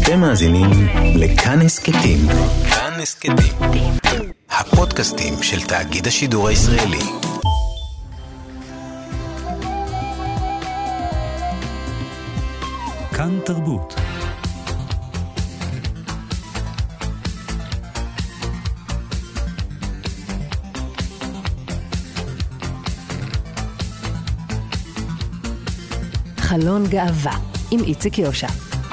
אתם מאזינים לכאן הסכתים. כאן הסכתים. הפודקאסטים של תאגיד השידור הישראלי. כאן תרבות. חלון גאווה עם איציק יושע.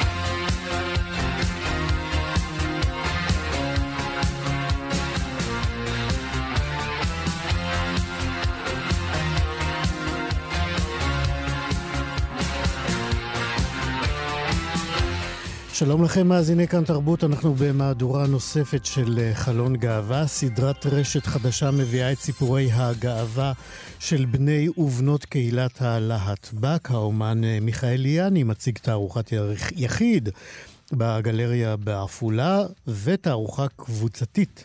שלום לכם מאזיני כאן תרבות, אנחנו במהדורה נוספת של חלון גאווה. סדרת רשת חדשה מביאה את סיפורי הגאווה של בני ובנות קהילת הלהט"ב. האומן מיכאל ליאני מציג תערוכת יחיד בגלריה בעפולה ותערוכה קבוצתית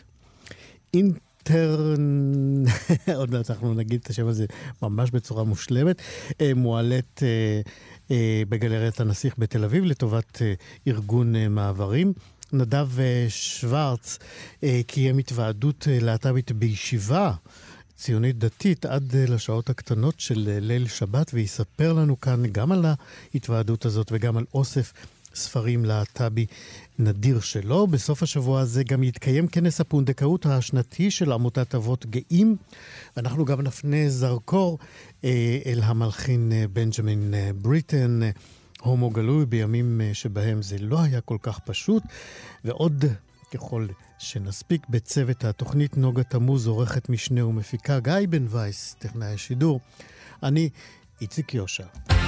עוד מעט אנחנו נגיד את השם הזה ממש בצורה מושלמת, מועלת בגלריית הנסיך בתל אביב לטובת ארגון מעברים. נדב שוורץ קיים התוועדות להט"בית בישיבה ציונית דתית עד לשעות הקטנות של ליל שבת, ויספר לנו כאן גם על ההתוועדות הזאת וגם על אוסף ספרים להט"בי נדיר שלו. בסוף השבוע הזה גם יתקיים כנס הפונדקאות השנתי של עמותת אבות גאים, ואנחנו גם נפנה זרקור אל המלחין בנג'מין בריטן, הומו גלוי בימים שבהם זה לא היה כל כך פשוט. ועוד ככל שנספיק בצוות התוכנית נוגה תמוז, עורכת משנה ומפיקה, גיא בן וייס טכנאי השידור, אני איציק יושע.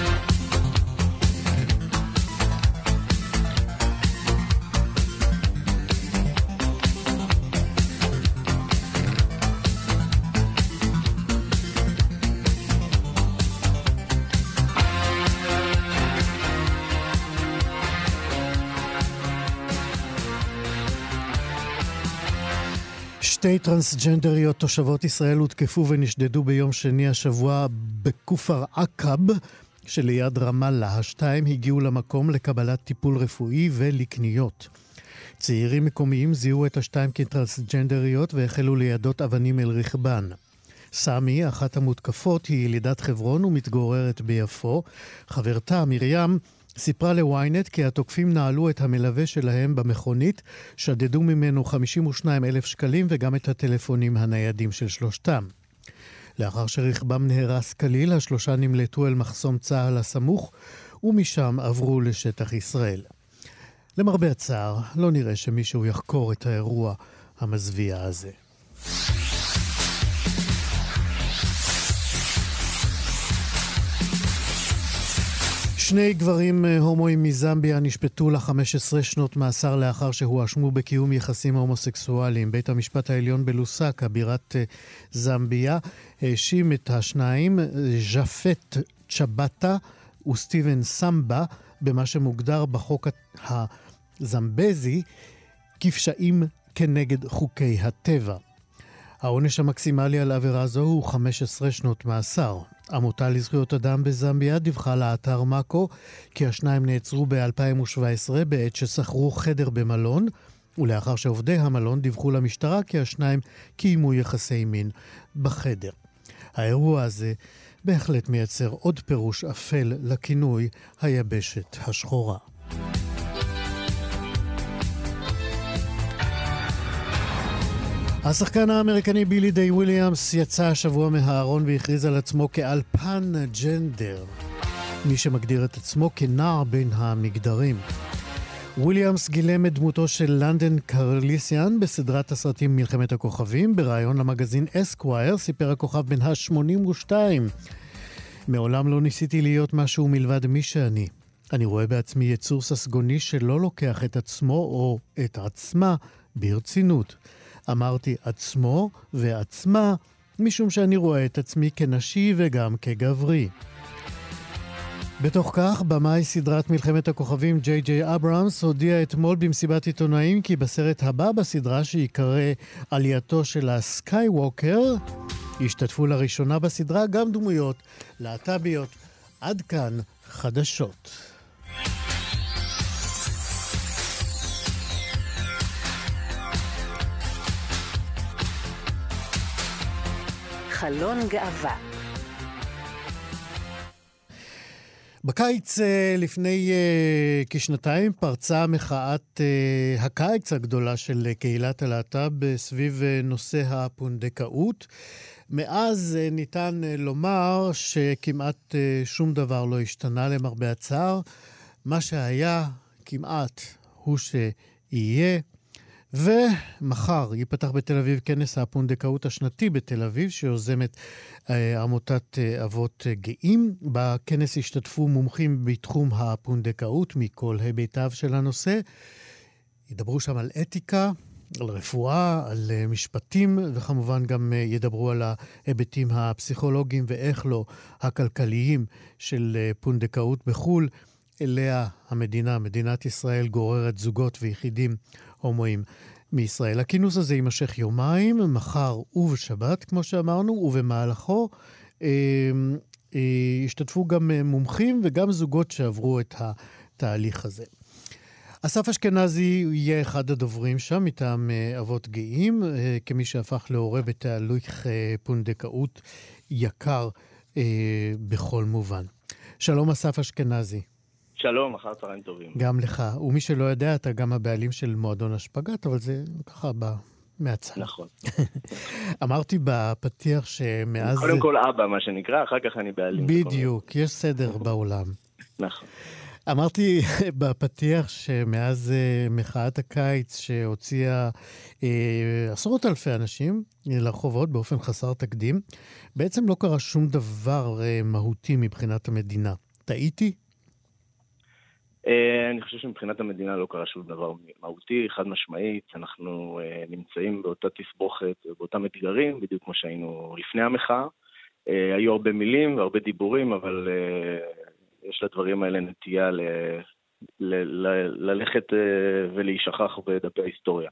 שתי טרנסג'נדריות תושבות ישראל הותקפו ונשדדו ביום שני השבוע בכפר עקב שליד רמאללה. השתיים הגיעו למקום לקבלת טיפול רפואי ולקניות. צעירים מקומיים זיהו את השתיים כטרנסג'נדריות והחלו לידות אבנים אל רכבן. סמי, אחת המותקפות, היא ילידת חברון ומתגוררת ביפו. חברתה מרים סיפרה לוויינט כי התוקפים נעלו את המלווה שלהם במכונית, שדדו ממנו 52,000 שקלים וגם את הטלפונים הניידים של שלושתם. לאחר שרכבם נהרס כליל, השלושה נמלטו אל מחסום צהל הסמוך ומשם עברו לשטח ישראל. למרבה הצער, לא נראה שמישהו יחקור את האירוע המזוויע הזה. שני גברים הומואים מזמביה נשפטו ל-15 שנות מאסר לאחר שהואשמו בקיום יחסים הומוסקסואליים. בית המשפט העליון בלוסקה, בירת זמביה, האשים את השניים, ז'פט צ'בטה וסטיבן סמבה, במה שמוגדר בחוק הזמבזי כפשעים כנגד חוקי הטבע. העונש המקסימלי על עבירה זו הוא 15 שנות מאסר. עמותה לזכויות אדם בזמביה דיווחה לאתר מאקו כי השניים נעצרו ב-2017 בעת ששכרו חדר במלון, ולאחר שעובדי המלון דיווחו למשטרה כי השניים קיימו יחסי מין בחדר. האירוע הזה בהחלט מייצר עוד פירוש אפל לכינוי היבשת השחורה. השחקן האמריקני בילי דיי וויליאמס יצא השבוע מהארון והכריז על עצמו כעל פן-ג'נדר, מי שמגדיר את עצמו כנער בין המגדרים. וויליאמס גילם את דמותו של לנדון קרליסיאן בסדרת הסרטים מלחמת הכוכבים. בראיון למגזין אסקווייר סיפר הכוכב בן ה-82, מעולם לא ניסיתי להיות משהו מלבד מי שאני. אני רואה בעצמי יצור ססגוני שלא לוקח את עצמו או את עצמה ברצינות. אמרתי עצמו ועצמה, משום שאני רואה את עצמי כנשי וגם כגברי. בתוך כך, במאי סדרת מלחמת הכוכבים ג'יי ג'יי אברהמס הודיע אתמול במסיבת עיתונאים כי בסרט הבא בסדרה שיקרא עלייתו של הסקייווקר, השתתפו לראשונה בסדרה גם דמויות להט"ביות. עד כאן חדשות. חלון גאווה. בקיץ לפני כשנתיים פרצה מחאת הקיץ הגדולה של קהילת הלהט"ב סביב נושא הפונדקאות. מאז ניתן לומר שכמעט שום דבר לא השתנה למרבה הצער. מה שהיה כמעט הוא שיהיה. ומחר ייפתח בתל אביב כנס הפונדקאות השנתי בתל אביב, שיוזמת עמותת אבות גאים. בכנס השתתפו מומחים בתחום הפונדקאות מכל היבטיו של הנושא. ידברו שם על אתיקה, על רפואה, על משפטים, וכמובן גם ידברו על ההיבטים הפסיכולוגיים ואיך לא הכלכליים של פונדקאות בחול. אליה המדינה, מדינת ישראל, גוררת זוגות ויחידים הומואים מישראל. הכינוס הזה יימשך יומיים, מחר ובשבת, כמו שאמרנו, ובמהלכו השתתפו גם מומחים וגם זוגות שעברו את התהליך הזה. אסף אשכנזי יהיה אחד הדוברים שם, מטעם אבות גאים, כמי שהפך להורה בתהליך פונדקאות יקר בכל מובן. שלום אסף אשכנזי. שלום, אחר צהריים טובים. גם לך. ומי שלא יודע, אתה גם הבעלים של מועדון השפגת, אבל זה ככה מהצד. נכון. אמרתי בפתיח שמאז... קודם כל אבא, מה שנקרא, אחר כך אני בעלים. בדיוק, יש סדר בעולם. נכון. אמרתי בפתיח שמאז מחאת הקיץ שהוציאה עשרות אלפי אנשים לרחובות באופן חסר תקדים, בעצם לא קרה שום דבר מהותי מבחינת המדינה. טעיתי? אני חושב שמבחינת המדינה לא קרה שום דבר מהותי, חד משמעית. אנחנו נמצאים באותה תסבוכת, באותם אתגרים, בדיוק כמו שהיינו לפני המחאה. היו הרבה מילים והרבה דיבורים, אבל יש לדברים האלה נטייה ללכת ולהישכח בדפי ההיסטוריה.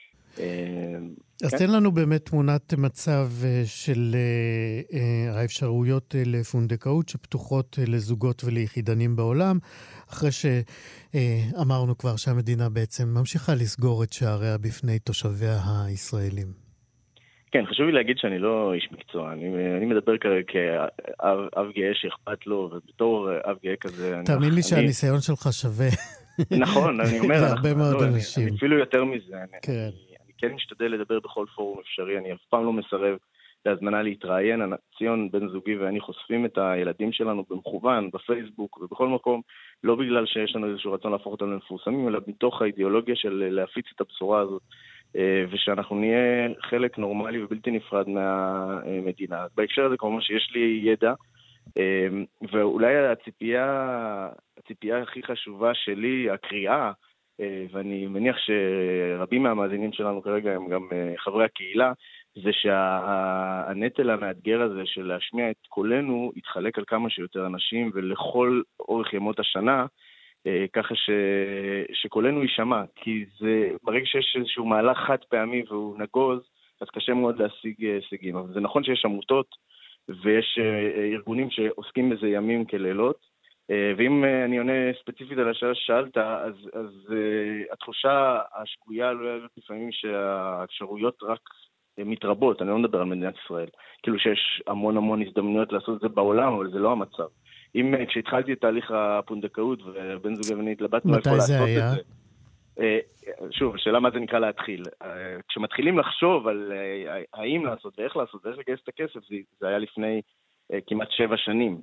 אז תן לנו באמת תמונת מצב של האפשרויות לפונדקאות שפתוחות לזוגות וליחידנים בעולם, אחרי שאמרנו כבר שהמדינה בעצם ממשיכה לסגור את שעריה בפני תושביה הישראלים. כן, חשוב לי להגיד שאני לא איש מקצוע, אני מדבר כרגע כאב גאה שאכפת לו, ובתור אב גאה כזה... תאמין לי שהניסיון שלך שווה. נכון, אני אומר... להרבה מאוד אנשים. אני אפילו יותר מזה. כן. כן משתדל לדבר בכל פורום אפשרי, אני אף פעם לא מסרב להזמנה להתראיין. ציון בן זוגי ואני חושפים את הילדים שלנו במכוון, בפייסבוק ובכל מקום, לא בגלל שיש לנו איזשהו רצון להפוך אותם למפורסמים, אלא מתוך האידיאולוגיה של להפיץ את הבשורה הזאת, ושאנחנו נהיה חלק נורמלי ובלתי נפרד מהמדינה. בהקשר הזה כמובן שיש לי ידע, ואולי הציפייה הכי חשובה שלי, הקריאה, ואני מניח שרבים מהמאזינים שלנו כרגע הם גם חברי הקהילה, זה שהנטל המאתגר הזה של להשמיע את קולנו יתחלק על כמה שיותר אנשים ולכל אורך ימות השנה, ככה שקולנו יישמע, כי זה ברגע שיש איזשהו מהלך חד פעמי והוא נגוז, אז קשה מאוד להשיג הישגים. אבל זה נכון שיש עמותות ויש ארגונים שעוסקים בזה ימים כלילות, ואם אני עונה ספציפית על השאלה ששאלת, אז התחושה השגויה לא יהיה לפעמים שהאפשרויות רק מתרבות. אני לא מדבר על מדינת ישראל. כאילו שיש המון הזדמנויות לעשות את זה בעולם, אבל זה לא המצב. כשהתחלתי את תהליך הפונדקאות ובן זוגי ואני התלבטנו איפה לעשות את זה. שוב, השאלה מה זה נקרא להתחיל. כשמתחילים לחשוב על האם לעשות ואיך לעשות ואיך לגייס את הכסף, זה היה לפני כמעט 7 שנים.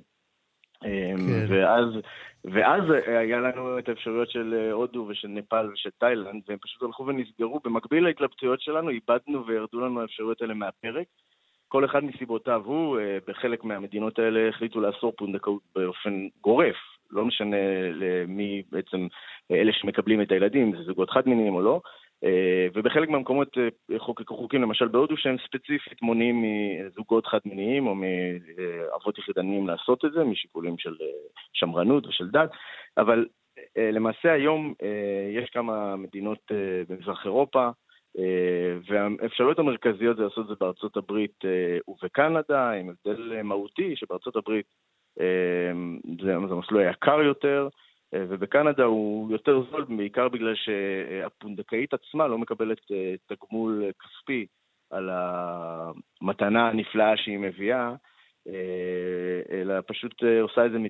ואז היה לנו את האפשרויות של הודו ושל נפאל ושל תאילנד, והם פשוט הלכו ונסגרו. במקביל להתלבטויות שלנו, איבדנו וירדו לנו האפשרויות האלה מהפרק. כל אחד מסיבותיו הוא, בחלק מהמדינות האלה החליטו לאסור פונדקאות באופן גורף. לא משנה למי בעצם אלה שמקבלים את הילדים, זה זוגות חד מיניים או לא. ובחלק מהמקומות חוקקו חוקים, למשל בהודו, שהם ספציפית מונעים מזוגות חד מיניים או מאבות יחידניים לעשות את זה, משיקולים של שמרנות ושל דת. אבל למעשה היום יש כמה מדינות במזרח אירופה, והאפשרויות המרכזיות זה לעשות את זה בארצות הברית ובקנדה, עם הבדל מהותי שבארצות הברית זה מסלול יקר יותר, ובקנדה הוא יותר זול, בעיקר בגלל שהפונדקאית עצמה לא מקבלת תגמול כספי על המתנה הנפלאה שהיא מביאה, אלא פשוט עושה את זה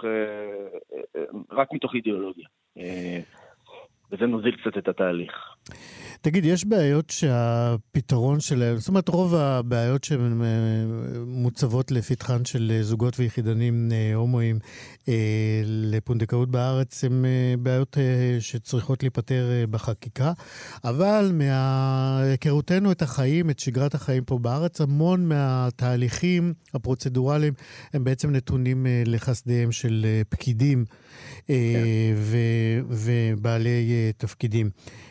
רק מתוך אידיאולוגיה. וזה נוזיל קצת את התהליך. תגיד, יש בעיות שהפתרון שלהם, זאת אומרת, רוב הבעיות שמוצבות לפתחן של זוגות ויחידנים הומואים לפונדקאות בארץ, הן בעיות שצריכות להיפטר בחקיקה, אבל מהיכרותנו את החיים, את שגרת החיים פה בארץ, המון מהתהליכים הפרוצדורליים הם בעצם נתונים לחסדיהם של פקידים ובעלי תפקידים.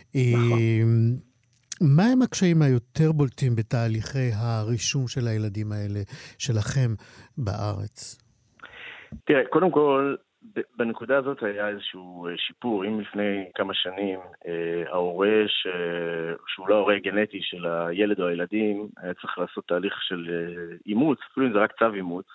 מה הם הקשיים היותר בולטים בתהליכי הרישום של הילדים האלה, שלכם בארץ? תראה, קודם כל, בנקודה הזאת היה איזשהו שיפור. אם לפני כמה שנים ההורה שהוא לא ההורה הגנטי של הילד או הילדים, היה צריך לעשות תהליך של אימוץ, אפילו אם זה רק צו אימוץ,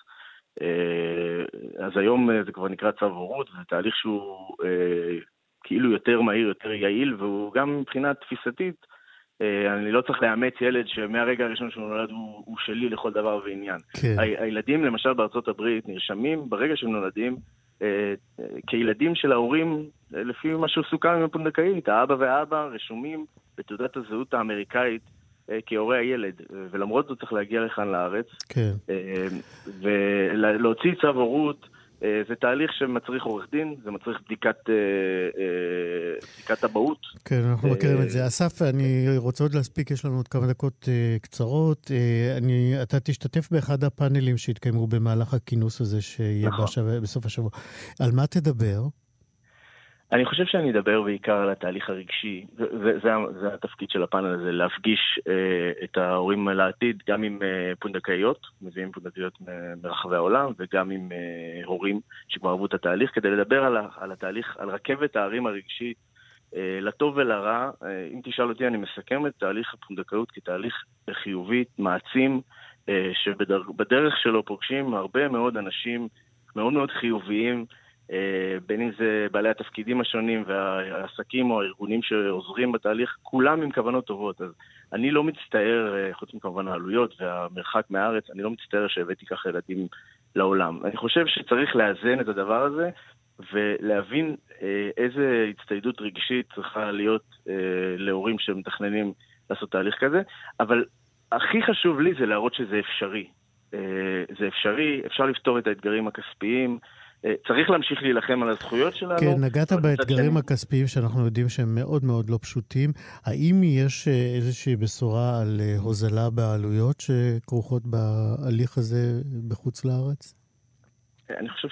אז היום זה כבר נקרא צו הורות, זה תהליך שהוא כאילו יותר מהיר, יותר יעיל, והוא גם מבחינה תפיסתית, אני לא צריך לאמץ ילד שמהרגע הראשון שהוא נולד הוא שלי לכל דבר ועניין. כן. הילדים למשל בארצות הברית נרשמים ברגע שהם נולדים כילדים של ההורים, לפי מה שסוכם עם הפונדקאית, האבא והאבא רשומים בתעודת הזהות האמריקאית כהורי הילד, ולמרות זאת צריך להגיע לכאן לארץ, כן. ולהוציא צו הורות, זה תהליך שמצריך עורך דין, זה מצריך בדיקת אבהות. כן, אנחנו מכירים את זה. אסף, אני רוצה עוד להספיק, יש לנו עוד כמה דקות קצרות. אתה תשתתף באחד הפאנלים שהתקיימו במהלך הכינוס הזה, שיהיה בסוף השבוע. על מה תדבר? אני חושב שאני אדבר בעיקר על התהליך הרגשי, זה התפקיד של הפאנל הזה, להפגיש את ההורים לעתיד, גם עם פונדקאיות, מביאים פונדקאיות מרחבי העולם, וגם עם הורים שכבר עברו את התהליך, כדי לדבר על התהליך, על רכבת הערים הרגשית, לטוב ולרע. אם תשאל אותי, אני מסכם את תהליך הפונדקאות כתהליך חיובי, מעצים, שבדרך שלו פוגשים הרבה מאוד אנשים מאוד מאוד חיוביים, בין אם זה בעלי התפקידים השונים והעסקים או הארגונים שעוזרים בתהליך, כולם עם כוונות טובות. אז אני לא מצטער, חוץ מכמובן העלויות והמרחק מהארץ, אני לא מצטער שהבאתי ככה ילדים לעולם. אני חושב שצריך לאזן את הדבר הזה ולהבין איזה הצטיידות רגשית צריכה להיות להורים שמתכננים לעשות תהליך כזה, אבל הכי חשוב לי זה להראות שזה אפשרי. זה אפשרי, אפשר לפתור את האתגרים הכספיים, צריך להמשיך להילחם על הזכויות שלנו. כן, נגעת באתגרים הכספיים שאנחנו יודעים שהם מאוד מאוד לא פשוטים. האם יש איזושהי בשורה על הוזלה בעלויות שכרוכות בהליך הזה בחוץ לארץ? אני חושב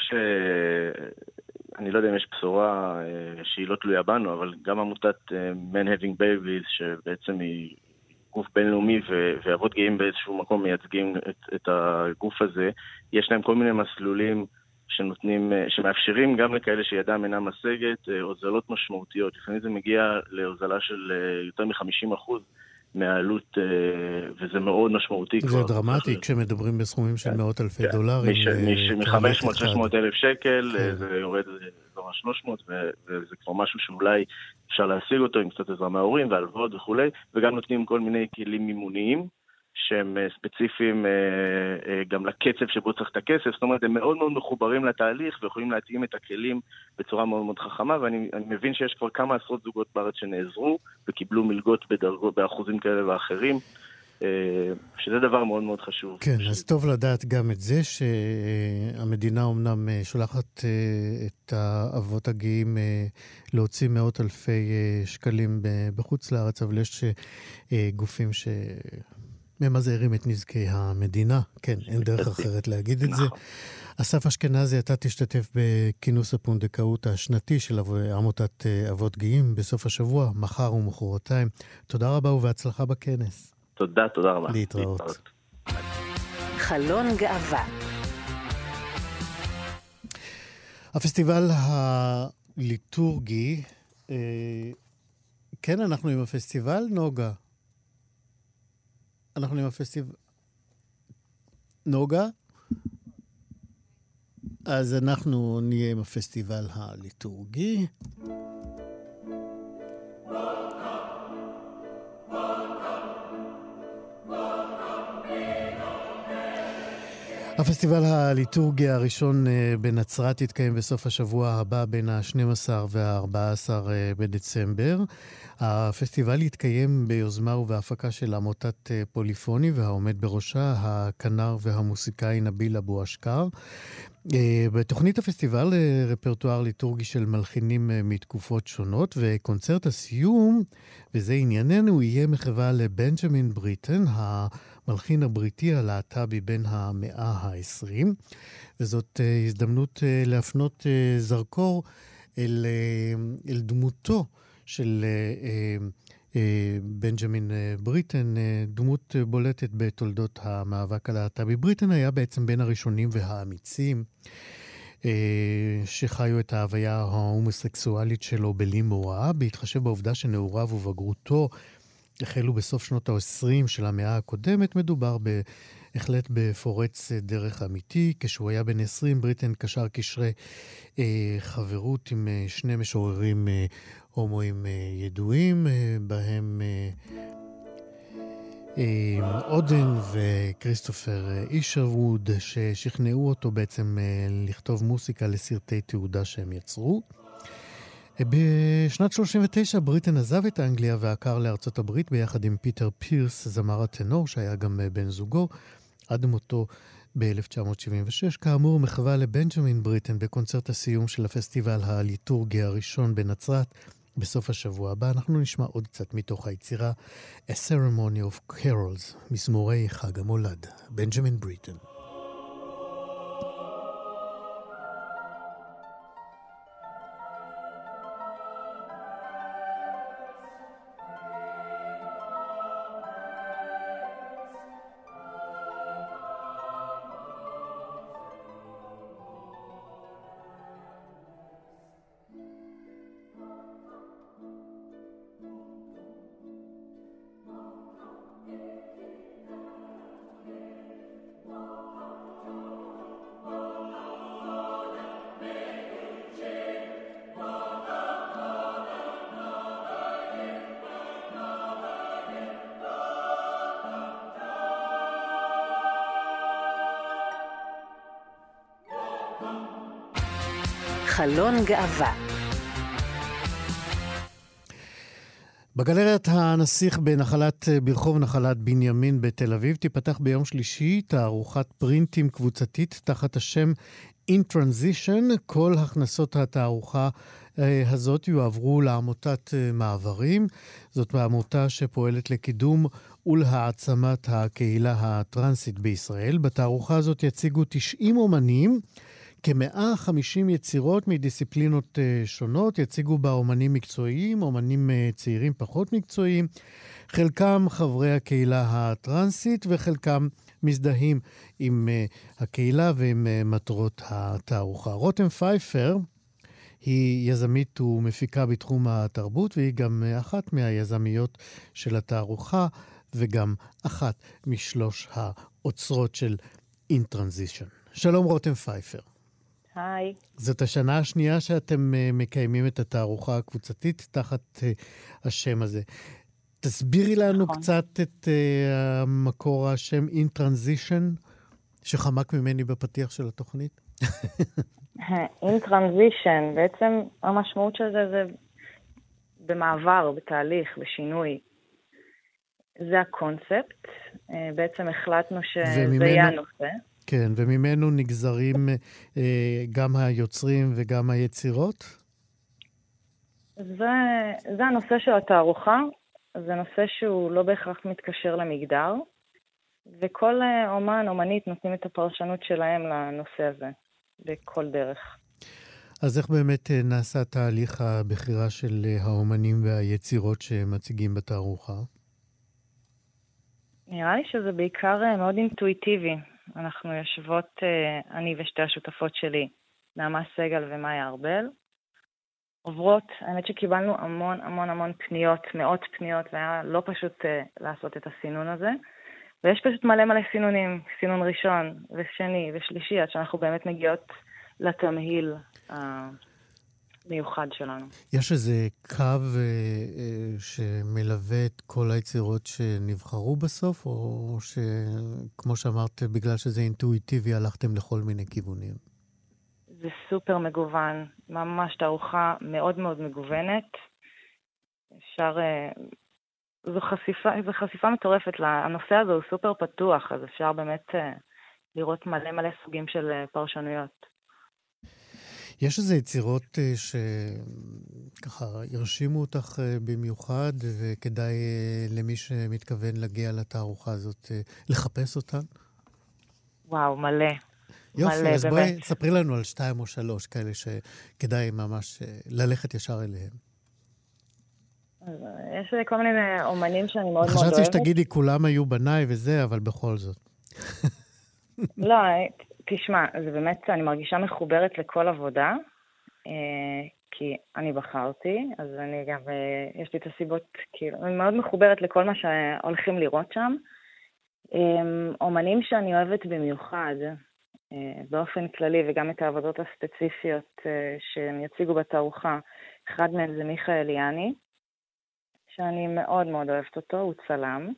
אני לא יודע אם יש בשורה שהיא לא תלויה בנו, אבל גם עמותת Men Having Babies, שבעצם היא גוף בינלאומי ואבות גאים באיזשהו מקום מייצגים את הגוף הזה, יש להם כל מיני מסלולים שמאפשרים גם לכאלה שידם אינה משגת, הוזלות משמעותיות. לפעמים זה מגיע להוזלה של יותר מ-50% מהעלות, וזה מאוד משמעותי. זה דרמטי כשמדברים בסכומים של מאות אלפי דולרים. מ-500-600 אלף שקל, זה יורד לזורה 300, וזה כבר משהו שאולי אפשר להשיג אותו עם קצת עזרה מההורים והלוואות וכו', וגם נותנים כל מיני כלים מימוניים, שהם ספציפיים גם לקצב שבו צריך את הכסף, זאת אומרת, הם מאוד מאוד מחוברים לתהליך, ויכולים להתאים את הכלים בצורה מאוד מאוד חכמה, ואני מבין שיש כבר כמה עשרות זוגות בארץ שנעזרו, וקיבלו מלגות באחוזים כאלה ואחרים, שזה דבר מאוד מאוד חשוב. כן, אז טוב לדעת גם את זה, שהמדינה אומנם שולחת את האבות הגאים להוציא מאות אלפי שקלים בחוץ לארץ, אבל יש גופים ממזערים את נזקי המדינה. כן, אין דרך אחרת להגיד את זה. אסף אשכנזי, אתה תשתתף בכינוס הפונדקאות השנתי של עמותת אבות גאים בסוף השבוע, מחר ומחרתיים. תודה רבה ובהצלחה בכנס. תודה רבה. להתראות. חלון גאווה. הפסטיבל הליטורגי, כן, אנחנו עם הפסטיבל, נוגה. אנחנו עם הפסטיבל... נוגה? אז אנחנו נהיה עם הפסטיבל הליטורגי. הפסטיבל הליטורגי הראשון בנצרת יתקיים בסוף השבוע הבא בין ה-12 וה-14 בדצמבר. הפסטיבל יתקיים ביוזמה ובהפקה של עמותת פוליפוני, והעומד בראשה הכנר והמוסיקאי נביל אבו אשכר. בתוכנית הפסטיבל רפרטואר ליטורגי של מלחינים מתקופות שונות, וקונצרט הסיום, וזה ענייננו, יהיה מחווה לבנג'מין בריטן, המלחין הבריטי הלהט"בי בין המאה ה-20, וזאת הזדמנות להפנות זרקור אל דמותו של בנג'מין בריטן, דמות בולטת בתולדות המאבק הלהט"בי. בריטן היה בעצם בין הראשונים והאמיצים שחיו את ההוויה ההומוסקסואלית שלו בלי מורא, בהתחשב בעובדה שנעוריו ובגרותו החלו בסוף שנות ה-20 של המאה הקודמת. מדובר בהחלט בפורץ דרך אמיתי. כשהוא היה בן 20, בריטן קשר קשרי חברות עם שני משוררים הומואים ידועים, בהם אודן וכריסטופר אישרווד, ששכנעו אותו בעצם לכתוב מוסיקה לסרטי תעודה שהם יצרו. בשנת 39 בריטן עזב את אנגליה ועקר לארצות הברית ביחד עם פיטר פירס, זמר הטנור שהיה גם בן זוגו, עד מותו ב-1976. כאמור, מחווה לבנג'מין בריטן בקונצרט הסיום של הפסטיבל הליטורגי הראשון בנצרת בסוף השבוע הבא. אנחנו נשמע עוד קצת מתוך היצירה A Ceremony of Carols, מזמורי חג המולד, בנג'מין בריטן. חלון גאווה. בגלריית הנסיך ברחוב נחלת בנימין בתל אביב תיפתח ביום שלישי תערוכת פרינטים קבוצתית תחת השם In Transition. כל הכנסות התערוכה הזאת יועברו לעמותת מעברים. זאת העמותה שפועלת לקידום ולהעצמת הקהילה הטרנסית בישראל. בתערוכה הזאת יציגו 90 אומנים, כ-150 יצירות מדיסציפלינות שונות. יציגו בה אומנים מקצועיים, אומנים צעירים פחות מקצועיים, חלקם חברי הקהילה הטרנסית וחלקם מזדהים עם הקהילה ועם מטרות התערוכה. רותם פייפר היא יזמית ומפיקה בתחום התרבות, והיא גם אחת מהיזמיות של התערוכה וגם אחת משלוש האוצרות של In Transition. שלום רותם פייפר. היי. זאת השנה השנייה שאתם מקיימים את התערוכה הקבוצתית תחת השם הזה. תסבירי לנו נכון. קצת את מקור השם In Transition, שחמק ממני בפתיח של התוכנית. In Transition, בעצם המשמעות של זה במעבר, בתהליך, בשינוי. זה הקונספט. בעצם החלטנו שזה יהיה הנושא. כן, וממנו נגזרים גם היוצרים וגם היצירות? זה הנושא של התערוכה. זה נושא שהוא לא בהכרח מתקשר למגדר, וכל אומן, אומנית נותנים את הפרשנות שלהם לנושא הזה, בכל דרך. אז איך באמת נעשה תהליך הבחירה של האומנים והיצירות שמציגים בתערוכה? נראה לי שזה בעיקר מאוד אינטואיטיבי. אנחנו יושבות, אני ושתי השותפות שלי, נעמה סגל ומאיה ארבל, עוברות, האמת שקיבלנו המון פניות, מאות פניות, והיה לא פשוט לעשות את הסינון הזה, ויש פשוט מלא סינונים, סינון ראשון ושני ושלישי, עד שאנחנו באמת מגיעות לתמהיל מיוחד שלנו. יש איזה קו שמלווה את כל היצירות שנבחרו בסוף, או שכמו שאמרת, בגלל שזה אינטואיטיבי, הלכתם לכל מיני כיוונים? זה סופר מגוון, ממש תערוכה מאוד מאוד מגוונת. אפשר, זו חשיפה מטורפת, הנושא הזה הוא סופר פתוח, אז אפשר באמת לראות מלא סוגים של פרשנויות. יש איזה יצירות שככה הרשימו אותך במיוחד, וכדאי למי שמתכוון להגיע לתערוכה הזאת לחפש אותן? וואו, מלא. יופי, אז בואי ספרי לנו על 2 או 3 כאלה שכדאי ממש ללכת ישר אליהם. יש כל מיני אומנים שאני מאוד מאוד אוהבת. חשבתי שתגידי כולם היו בניי וזה, אבל בכל זאת. לא, תשמע, זה באמת, אני מרגישה מחוברת לכל עבודה, כי אני בחרתי, אז אני גם, יש לי את הסיבות, כאילו, אני מאוד מחוברת לכל מה שהולכים לראות שם. אומנים שאני אוהבת במיוחד, באופן כללי, וגם את העבודות הספציפיות שהם יציגו בתערוכה, אחד מהם זה מיכאל יאני, שאני מאוד מאוד אוהבת אותו, הוא צלם.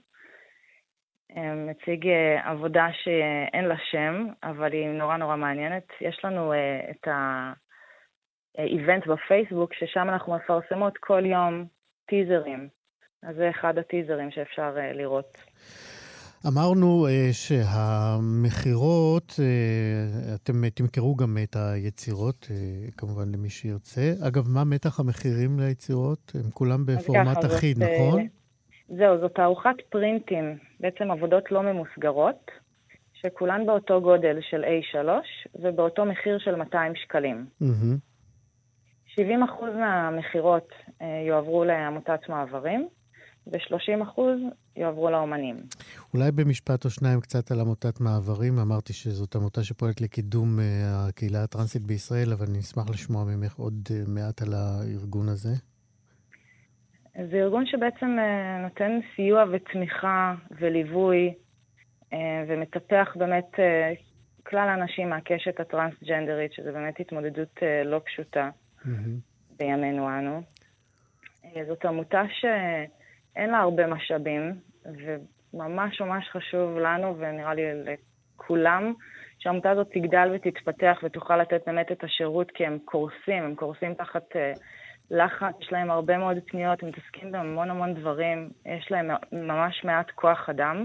מציג עבודה שאין לה שם, אבל היא נורא מעניינת. יש לנו את האיבנט בפייסבוק, ששם אנחנו מפרסמות כל יום טיזרים. אז זה אחד הטיזרים שאפשר לראות. אמרנו שהמחירות, אתם תמכרו גם את היצירות, כמובן למי שירצה. אגב, מה מתח המחירים ליצירות? הם כולם בפורמט אחיד, נכון? זהו, זאת תערוכת פרינטים, בעצם עבודות לא ממוסגרות, שכולן באותו גודל של A3, ובאותו מחיר של 200 שקלים. 70% מהמחירות יועברו לעמותת מעברים, ו30% יועברו לאומנים. אולי במשפט או שניים קצת על עמותת מעברים. אמרתי שזאת עמותה שפועלת לקידום הקהילה הטרנסית בישראל, אבל אני אשמח לשמוע ממך עוד מעט על הארגון הזה. זה ארגון שבעצם נותן סיוע ותמיכה וליווי, ומטפח באמת כלל האנשים מהקשת הטרנסג'נדרית, שזה באמת התמודדות לא פשוטה בימינו אנו. זאת עמותה שאין לה הרבה משאבים, וממש חשוב לנו, ונראה לי לכולם, שהעמותה הזאת תגדל ותתפתח ותוכל לתת באמת את השירות, כי הם קורסים תחת לחץ, יש להם הרבה מאוד פניות, הם מתעסקים בהמון דברים, יש להם ממש מעט כוח אדם.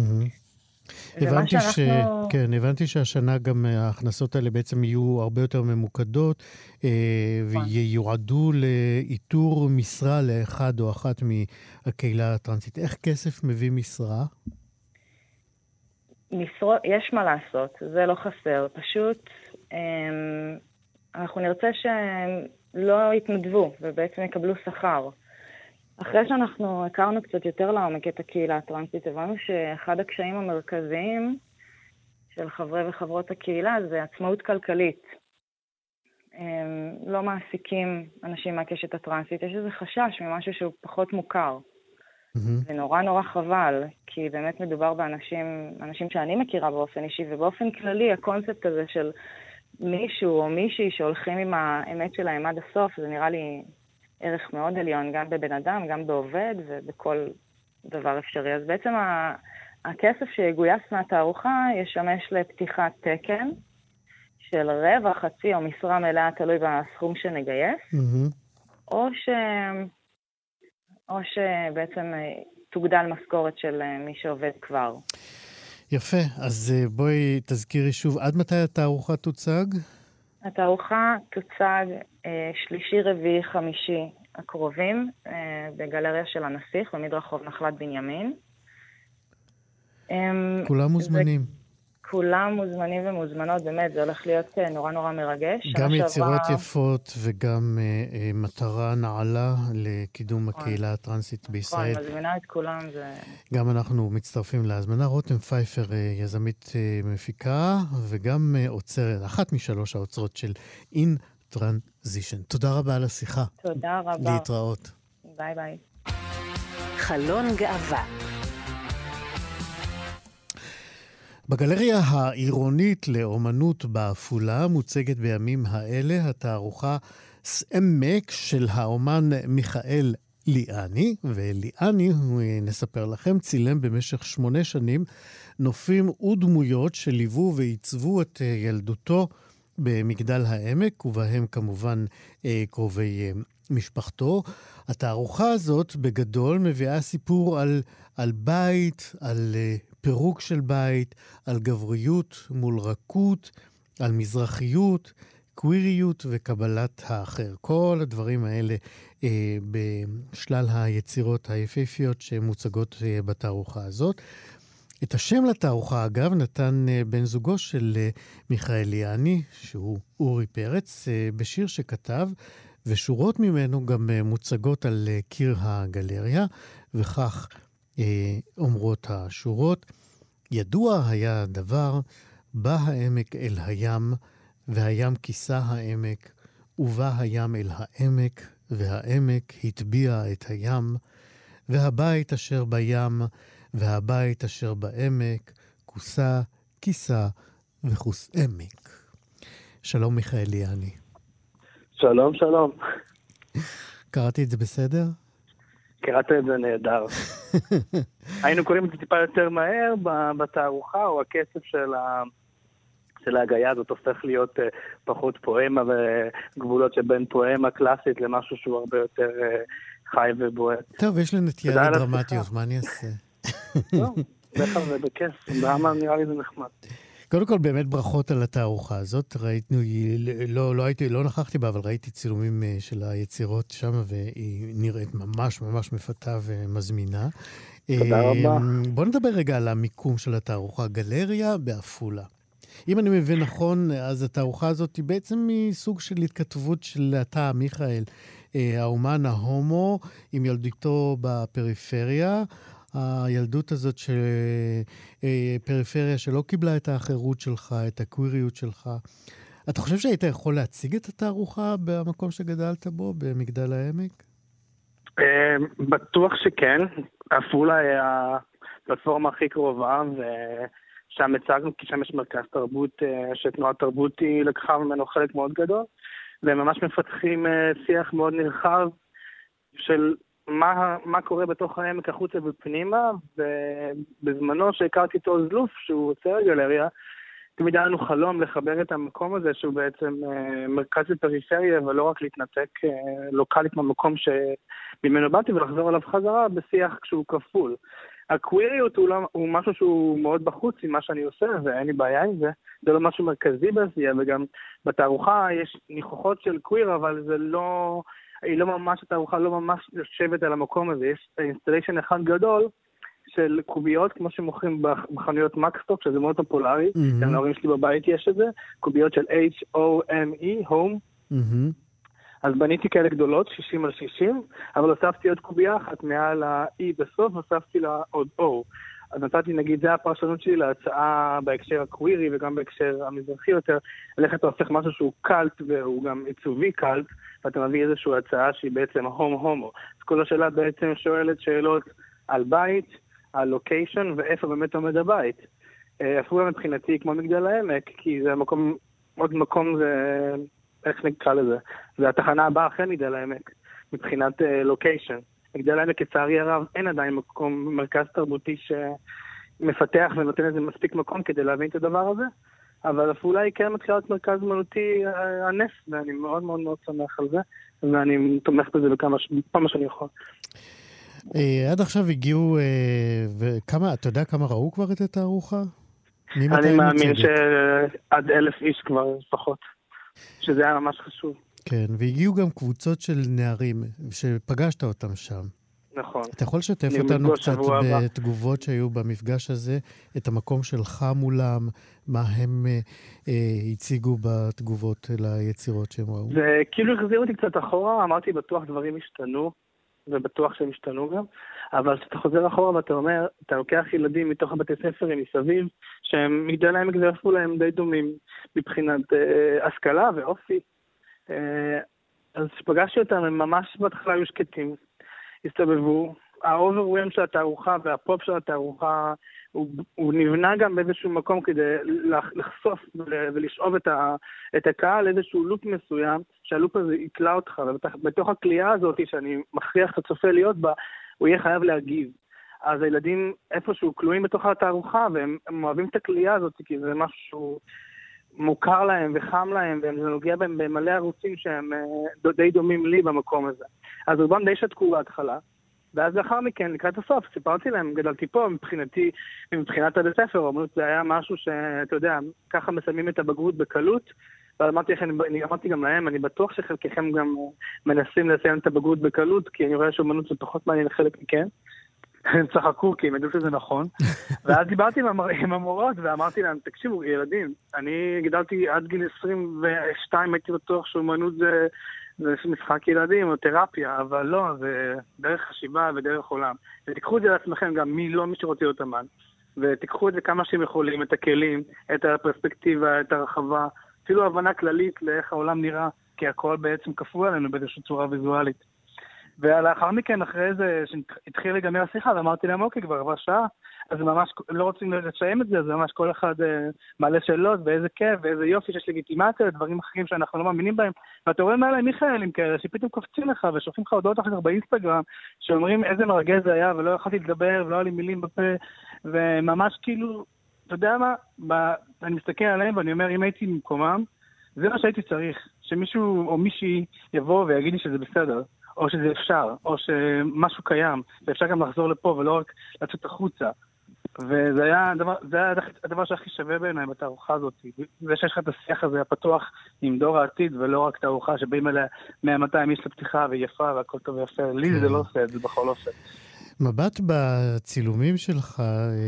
הבנתי שהשנה גם ההכנסות האלה בעצם יהיו הרבה יותר ממוקדות, ויועדו לאיתור משרה לאחד או אחת מהקהילה הטרנסית. איך כסף מביא משרה? יש מה לעשות, זה לא חסר. פשוט אנחנו נרצה שלא יתנדבו ובעצם יקבלו שכר. אחרי שאנחנו הכרנו קצת יותר לעומק את הקהילה הטרנסית, הבנו שאחד הקשיים המרכזיים של חברי וחברות הקהילה זה עצמאות כלכלית. לא מעסיקים אנשים מהקשת הטרנסית, יש איזה חשש ממשהו שהוא פחות מוכר. זה נורא חבל, כי באמת מדובר באנשים שאני מכירה באופן אישי, ובאופן כללי הקונספט הזה של מישהו או מישהי שהולכים עם האמת שלהם עד הסוף, זה נראה לי ערך מאוד עליון, גם בבן אדם, גם בעובד ובכל דבר אפשרי. אז בעצם הכסף שיגויס מהתערוכה ישמש לפתיחת תקן של רבע, חצי או משרה מלאה, תלוי בסכום שנגייס, או שבעצם תוגדל משכורת של מי שעובד כבר. יפה, אז בואי תזכירי שוב, עד מתי התערוכה תוצג? התערוכה תוצג 3, 4, 5 הקרובים בגלריה של הנסיך, במדרחוב נחלת בנימין. כולם מוזמנים. כולם מוזמנים ומוזמנות, באמת, זה הולך להיות נורא מרגש. גם יצירות יפות וגם מטרה נעלה לקידום הקהילה הטרנסית בישראל. נכון, מזמינה את כולם. גם אנחנו מצטרפים להזמנה. רותם פייפר, יזמית מפיקה, וגם עוצרת, אחת מ3 האוצרות של In Transition. תודה רבה על השיחה. תודה רבה. להתראות. ביי. חלון גאווה. בגלריה העירונית לאומנות בעפולה מוצגת בימים האלה התערוכה סעמק של האומן מיכאל ליאני, וליאני, נספר לכם, צילם במשך 8 שנים נופים ודמויות שליוו ועיצבו את ילדותו במגדל העמק, ובהם כמובן קרובי משפחתו. התערוכה הזאת בגדול מביאה סיפור על בית, על פירוק של בית, על גבריות מול רכות, על מזרחיות, קוויריות וקבלת האחר. כל הדברים האלה בשלל היצירות היפהפיות שמוצגות בתערוכה הזאת. את השם לתערוכה, אגב, נתן בן זוגו של מיכאל ליאני, שהוא אורי פרץ, בשיר שכתב, ושורות ממנו גם מוצגות על קיר הגלריה, וכך אומרות השורות: ידוע היה דבר, בא העמק אל הים, והים כיסה העמק, ובא הים אל העמק, והעמק הטביע את הים, והבית אשר בים, והבית אשר בעמק, כוסה, כיסה וכוס עמק. שלום מיכאל ליאני. שלום, שלום. קראתי את זה בסדר? קראת את זה נהדר. היינו קוראים את זה טיפה יותר מהר בתערוכה, או הקצב של ההגייה הזאת הופך להיות פחות פואמה וגבולות שבין פואמה קלאסית למשהו שהוא הרבה יותר חי ובועט. טוב, יש לי נטייה לדרמטיות, מה אני אעשה? לא, בטח זה בכיף, דרמה נראה לי זה נחמד. קודם כל, באמת ברכות על התערוכה הזאת. לא נכחתי בה, אבל ראיתי צילומים של היצירות שם, והיא נראית ממש ממש מפתה ומזמינה. תודה רבה. בוא נדבר רגע על המיקום של התערוכה. גלריה בעפולה. אם אני מבין נכון, אז התערוכה הזאת היא בעצם מסוג של התכתבות של אתה, מיכאל, האומן ההומו, עם ילדותו בפריפריה. הילדות הזאת של פריפריה שלא קיבלה את האחרות שלך, את הקוויריות שלך. אתה חושב שהיית יכול להציג את התערוכה במקום שגדלת בו, במגדל העמק? בטוח שכן. עפולה היא הפלטפורמה הכי קרובה, ושם הצגנו, כי שם יש מרכז תרבות, שתנועת תרבות היא לקחה ממנו חלק מאוד גדול, והם ממש מפתחים שיח מאוד נרחב של מה קורה בתוך העמק החוצה ופנימה, ובזמנו שהכרתי אותו זלוף, שהוא עוצר גלריה, תמיד היה לנו חלום לחבר את המקום הזה, שהוא בעצם מרכז לפריפריה, אבל לא רק להתנתק לוקלית מהמקום שממנו באתי, ולחזור עליו חזרה בשיח כשהוא כפול. הקוויריות הוא משהו שהוא מאוד בחוץ עם מה שאני עושה, ואין לי בעיה עם זה. זה לא משהו מרכזי בעשייה, וגם בתערוכה יש ניחוחות של קוויר, אבל זה לא... היא לא ממש, התערוכה לא ממש יושבת על המקום הזה. יש אינסטליישן אחד גדול של קוביות, כמו שמוכרים בחנויות מקסטוק, שזה מאוד פופולרי. גם להורים שלי בבית יש את זה. קוביות של H-O-M-E, Home. אז בניתי כאלה גדולות, 60 על 60, אבל הוספתי עוד קובייה אחת מעל ה-E בסוף, הוספתי לה עוד O. אז נתתי, נגיד, זה הפרשנות שלי להצעה בהקשר הקווירי וגם בהקשר המזרחי יותר, ללכת להופך משהו שהוא קלט והוא גם עיצובי קלט, ואתה מביא איזושהי הצעה שהיא בעצם הומו. אז כל השאלה בעצם שואלת שאלות על בית, על לוקיישן, ואיפה באמת עומד הבית. אפילו מבחינתי כמו מגדל העמק, כי זה מקום, עוד מקום זה, איך נקרא לזה? זה התחנה הבאה אחרי מגדל העמק, מבחינת לוקיישן. מגדל העמק, כצערי הרב, אין עדיין מקום, מרכז תרבותי שמפתח ונותן איזה מספיק מקום כדי להבין את הדבר הזה, אבל עפולה היא כן מתחילה להיות מרכז זמנותי הנס, ואני מאוד מאוד מאוד שמח על זה, ואני תומך בזה בכמה שאני יכול. עד עכשיו הגיעו, וכמה, אתה יודע כמה ראו כבר את התערוכה? אני מאמין שעד 1,000 איש כבר לפחות, שזה היה ממש חשוב. כן, והגיעו גם קבוצות של נערים, שפגשת אותם שם. נכון. אתה יכול לשתף אותנו קצת בתגובות שהיו במפגש הזה, את המקום שלך מולם, מה הם הציגו בתגובות ליצירות שהם ראו? זה כאילו החזיר אותי קצת אחורה, אמרתי בטוח דברים השתנו, ובטוח שהם השתנו גם, אבל כשאתה חוזר אחורה ואתה אומר, אתה לוקח ילדים מתוך הבתי ספר מסביב, שהם מגדל העמק ועפולה הם די דומים מבחינת השכלה ואופי. אז כשפגשתי אותם, הם ממש בהתחלה היו שקטים, הסתובבו, האוברווים של התערוכה והפופ של התערוכה, הוא נבנה גם באיזשהו מקום כדי לחשוף ולשאוב את הקהל לאיזשהו לופ מסוים, שהלופ הזה יתלה אותך, ובתוך הקליעה הזאת שאני מכריח את הצופה להיות בה, הוא יהיה חייב להגיב. אז הילדים איפשהו כלואים בתוך התערוכה, והם אוהבים את הקליעה הזאת, כי זה משהו מוכר להם וחם להם, וזה נוגע בהם במלא ערוצים שהם די דומים לי במקום הזה. אז רובם די שתקו בהתחלה, ואז לאחר מכן, לקראת הסוף, סיפרתי להם, גדלתי פה, מבחינת עד הספר, אמנות, זה היה משהו שאתה יודע, ככה מסיימים את הבגרות בקלות, ואמרתי גם להם, אני בטוח שחלקכם גם מנסים לסיים את הבגרות בקלות, כי אני רואה שאומנות זה פחות מעניין לחלק מכם. הם צחקו, כי הם ידעו שזה נכון. ואז דיברתי עם המורות, ואמרתי להם, תקשיבו, ילדים, אני גדלתי עד גיל 22, הייתי בטוח שאומנות זה משחק ילדים או תרפיה, אבל לא, זה דרך חשיבה ודרך עולם. ותיקחו את זה לעצמכם גם מי שרוצה להיות אמן, ותיקחו את זה כמה שהם יכולים, את הכלים, את הפרספקטיבה, את הרחבה, אפילו הבנה כללית לאיך העולם נראה, כי הכל בעצם כפוי עלינו באיזושהי צורה ויזואלית. ולאחר מכן, אחרי זה, שהתחיל לגמר השיחה, ואמרתי להם, אוקיי, כבר עברה שעה, אז ממש לא רוצים לסיים את זה, אז ממש כל אחד מעלה שאלות, ואיזה כיף, ואיזה יופי שיש לגיטימציה, דברים אחרים שאנחנו לא מאמינים בהם. ואתה רואה מעלה מיכאלים כאלה, שפתאום קופצים לך, ושולחים לך הודעות אחר כך באינסטגרם, שאומרים איזה מרגש זה היה, ולא יכולתי לדבר, ולא היה לי מילים בפה, וממש כאילו, אתה יודע מה, אני מסתכל עליהם, ואני אומר, אם הייתי במקומם, זה מה שהייתי צריך, שמישהו או מישהי יבוא ויגיד לי שזה בסדר. או שזה אפשר, או שמשהו קיים, ואפשר גם לחזור לפה ולא רק לצאת החוצה. וזה היה הדבר שהכי שווה בעיניי בתערוכה הזאת. זה שיש לך את השיח הזה הפתוח עם דור העתיד, ולא רק תערוכה שבאים אליה 100-200 איש לפתיחה ויפה והכל טוב ויפה. לי זה לא עושה את זה בכל אופן. מבט בצילומים שלך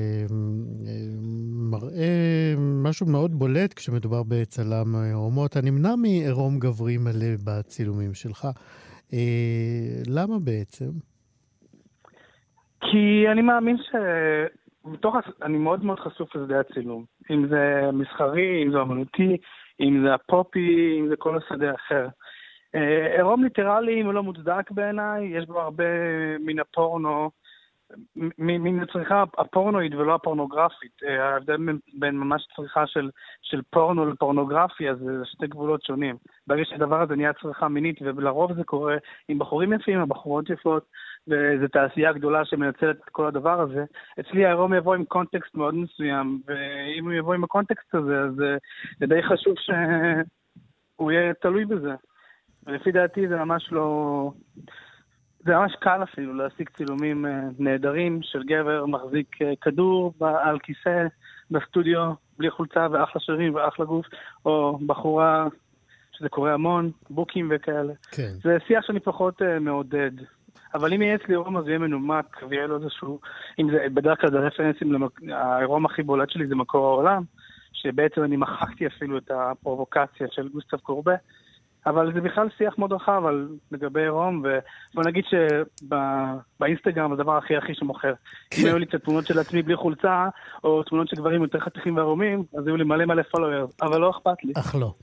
מראה משהו מאוד בולט כשמדובר בצלם עירומות. אתה נמנע מעירום גברי מלא בצילומים שלך. למה בעצם? כי אני מאמין אני מאוד מאוד חשוף לשדה הצילום. אם זה מסחרי, אם זה אמנותי, אם זה הפופי, אם זה כל השדה אחר. עירום ליטרלי הוא לא מוצדק בעיניי, יש בו הרבה מן הפורנו, מן הצריכה הפורנואית ולא הפורנוגרפית. ההבדל בין ממש צריכה של פורנו לפורנוגרפיה זה שתי גבולות שונים. ברגע שהדבר הזה נהיה צריכה מינית, ולרוב זה קורה עם בחורים יפים, בחורות יפות, וזו תעשייה גדולה שמנצלת את כל הדבר הזה. אצלי העירום יבוא עם קונטקסט מאוד מסוים, ואם הוא יבוא עם הקונטקסט הזה, אז זה די חשוב שהוא יהיה תלוי בזה. ולפי דעתי זה ממש לא... זה ממש קל אפילו להשיג צילומים נהדרים של גבר מחזיק כדור על כיסא בסטודיו, בלי חולצה ואחלה שרירים ואחלה גוף, או בחורה שזה קורה המון, בוקים וכאלה. כן. זה שיח שאני פחות מעודד. אבל אם יהיה אצלי עירום אז יהיה מנומק ויהיה לו איזשהו, אם זה בדרך כלל זה רפרנסים, העירום הכי בולט שלי זה מקור העולם, שבעצם אני מחקתי אפילו את הפרובוקציה של גוסטב קורבה, אבל זה בכלל שיח מאוד רחב על לגבי עירום, ובוא נגיד שבאינסטגרם הדבר הכי שמוכר. אם היו לי את התמונות של עצמי בלי חולצה, או תמונות של גברים יותר חתיכים וערומים, אז היו לי מלא פולוורס, אבל לא אכפת לי. אך לא.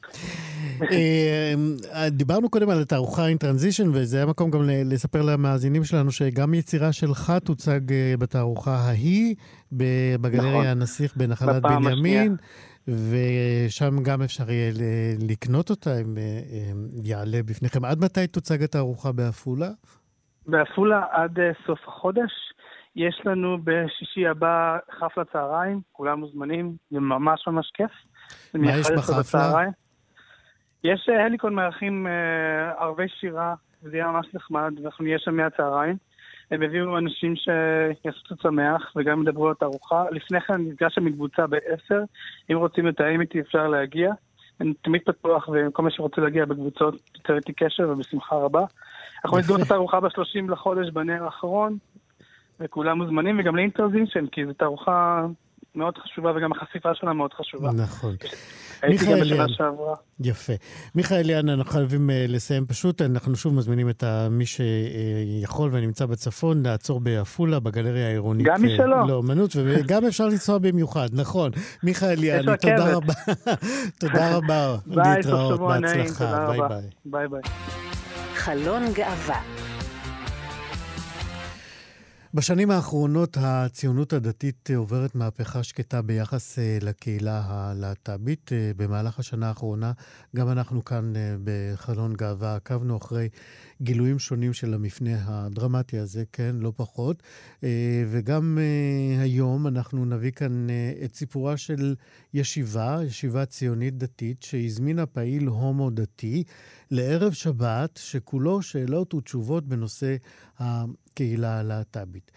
דיברנו קודם על התערוכה In Transition, וזה היה מקום גם לספר למאזינים שלנו שגם יצירה שלך תוצג בתערוכה ההיא, בגלריה הנסיך בנחלת בנימין, ושם גם אפשר יהיה לקנות אותה אם יעלה בפניכם. עד מתי תוצג התערוכה בעפולה? בעפולה עד סוף החודש. יש לנו בשישי הבא חפלה צהריים, כולם מוזמנים, זה ממש כיף. מה יש בחפלה? יש הליקון מארחים ערבי שירה, זה יהיה ממש נחמד, ואנחנו נהיה שם מהצהריים. הם הביאו אנשים שיעשו את הצמח וגם ידברו על תערוכה. לפני כן נפגש שם מקבוצה ב10, אם רוצים לתאם איתי אפשר להגיע. אני תמיד פתוח וכל מי שרוצה להגיע בקבוצות יוצר איתי קשר ובשמחה רבה. אנחנו נסגור את התערוכה ב30 לחודש בנר האחרון, וכולם מוזמנים, וגם לאינטרזינשן, כי זו תערוכה מאוד חשובה, וגם החשיפה שלה מאוד חשובה. נכון. הייתי גם בשנה שעברה. יפה. מיכאל יאן, אנחנו חייבים לסיים פשוט, אנחנו שוב מזמינים את מי שיכול ונמצא בצפון, לעצור בעפולה, בגלריה העירונית. גם מי שלא. לאומנות, וגם אפשר לנסוע במיוחד, נכון. מיכאל יאן, תודה רבה. תודה רבה. ביי, סוף שבוע נעים, תודה רבה. ביי ביי. חלון גאווה. בשנים האחרונות הציונות הדתית עוברת מהפכה שקטה ביחס לקהילה הלהט"בית. במהלך השנה האחרונה גם אנחנו כאן בחלון גאווה עקבנו אחרי גילויים שונים של המפנה הדרמטי הזה, כן, לא פחות. וגם היום אנחנו נביא כאן את סיפורה של ישיבה ציונית דתית שהזמינה פעיל הומו דתי לערב שבת שכולו שאלות ותשובות בנושא הקהילה הלהט"בית.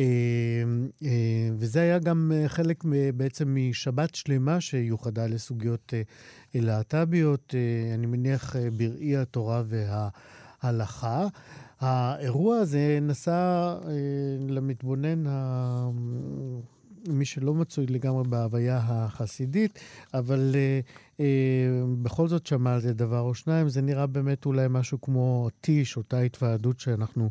וזה היה גם חלק בעצם משבת שלמה שיוחדה לסוגיות להט"ביות, אני מניח בראי התורה וההלכה. האירוע הזה נסע למתבונן מי שלא מצוי לגמרי בהוויה החסידית, אבל בכל זאת שמע על זה דבר או שניים. זה נראה באמת אולי משהו כמו טיש, אותה התוועדות שאנחנו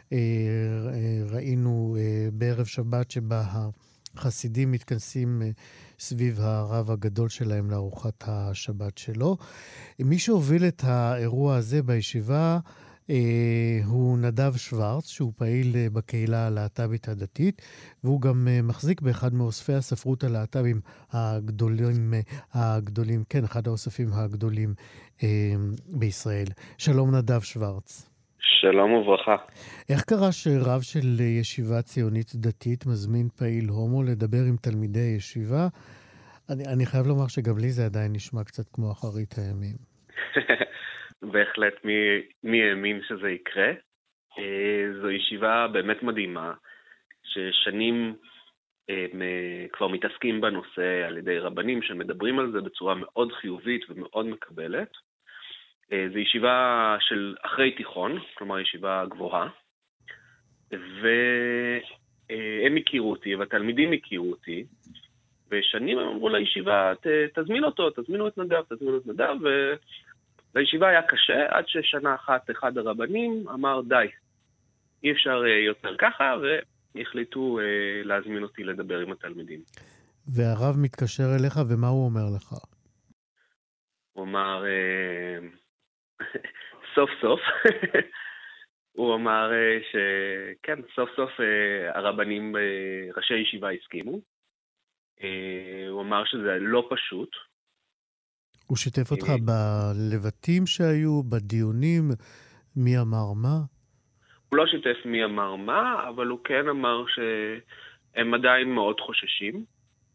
ראינו בערב שבת, שבה החסידים מתכנסים סביב הרב הגדול שלהם לארוחת השבת שלו. מי שהוביל את האירוע הזה בישיבה הוא נדב שוורץ, שהוא פעיל בקהילה הלהט"בית הדתית, והוא גם מחזיק באחד מאוספי הספרות הלהט"בים הגדולים, כן, אחד האוספים הגדולים בישראל. שלום נדב שוורץ. שלום וברכה. איך קרה שרב של ישיבה ציונית דתית מזמין פעיל הומו לדבר עם תלמידי ישיבה? אני חייב לומר שגם לי זה עדיין נשמע קצת כמו אחרית הימים. בהחלט, מי האמין שזה יקרה. זו ישיבה באמת מדהימה, ששנים כבר מתעסקים בנושא על ידי רבנים שמדברים על זה בצורה מאוד חיובית ומאוד מקבלת. זו ישיבה של אחרי תיכון, כלומר ישיבה גבוהה, והם הכירו אותי, והתלמידים הכירו אותי, ושנים הם אמרו לישיבה, תזמינו את נדב, ולישיבה היה קשה, עד ששנה אחת אחד הרבנים אמר די, אי אפשר יותר ככה, והחליטו להזמין אותי לדבר עם התלמידים. והרב מתקשר אליך, ומה הוא אומר לך? הוא אמר, סוף סוף, הוא אמר שכן, סוף סוף הרבנים, ראשי ישיבה הסכימו. הוא אמר שזה לא פשוט. הוא שיתף אותך בלבטים שהיו, בדיונים, מי אמר מה? הוא לא שיתף מי אמר מה, אבל הוא כן אמר שהם עדיין מאוד חוששים.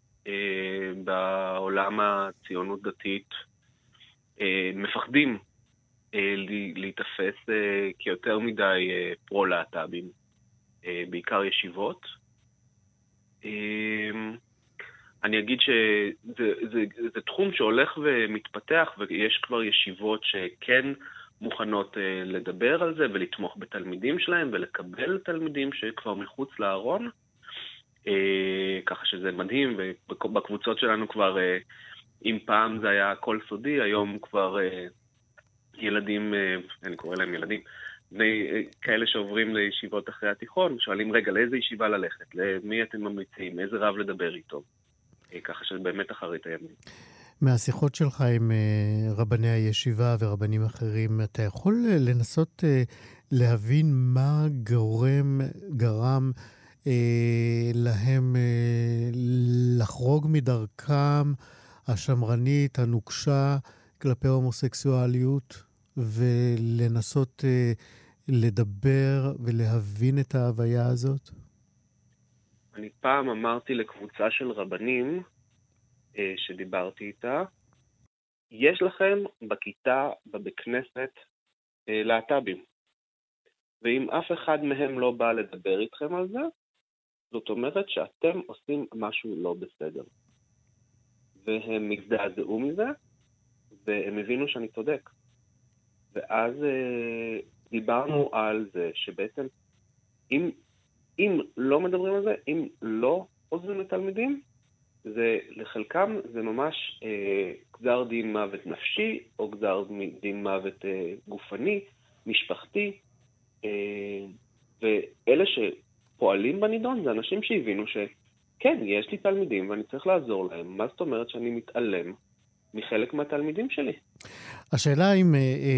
בעולם הציונות דתית מפחדים להיתפס כיותר מדי פרו-להט"בים, בעיקר ישיבות. אני אגיד שזה תחום שהולך ומתפתח, ויש כבר ישיבות שכן מוכנות לדבר על זה ולתמוך בתלמידים שלהם ולקבל תלמידים שכבר מחוץ לארון, ככה שזה מדהים, ובקבוצות שלנו כבר, אם פעם זה היה הכל סודי, היום כבר ילדים, אני קורא להם ילדים, כאלה שעוברים לישיבות אחרי התיכון, שואלים רגע לאיזה ישיבה ללכת, למי אתם ממליצים, איזה רב לדבר איתו, ככה שבאמת אחרית הימים. מהשיחות שלך עם רבני הישיבה ורבנים אחרים, אתה יכול לנסות להבין מה גרם להם לחרוג מדרכם השמרנית, הנוקשה, כלפי הומוסקסואליות, ולנסות לדבר ולהבין את ההוויה הזאת? אני פעם אמרתי לקבוצה של רבנים שדיברתי איתה, יש לכם בכיתה, בבית כנסת, להט"בים. ואם אף אחד מהם לא בא לדבר איתכם על זה, זאת אומרת שאתם עושים משהו לא בסדר. והם הזדעזעו מזה, והם הבינו שאני צודק. ואז דיברנו על זה שבעצם, אם לא מדברים על זה, אם לא עוזרים לתלמידים, לחלקם זה ממש גזר דין מוות נפשי, או גזר דין מוות גופני, משפחתי, ואלה שפועלים בנידון זה אנשים שהבינו שכן, יש לי תלמידים ואני צריך לעזור להם. מה זאת אומרת שאני מתעלם מחלק מהתלמידים שלי. השאלה אם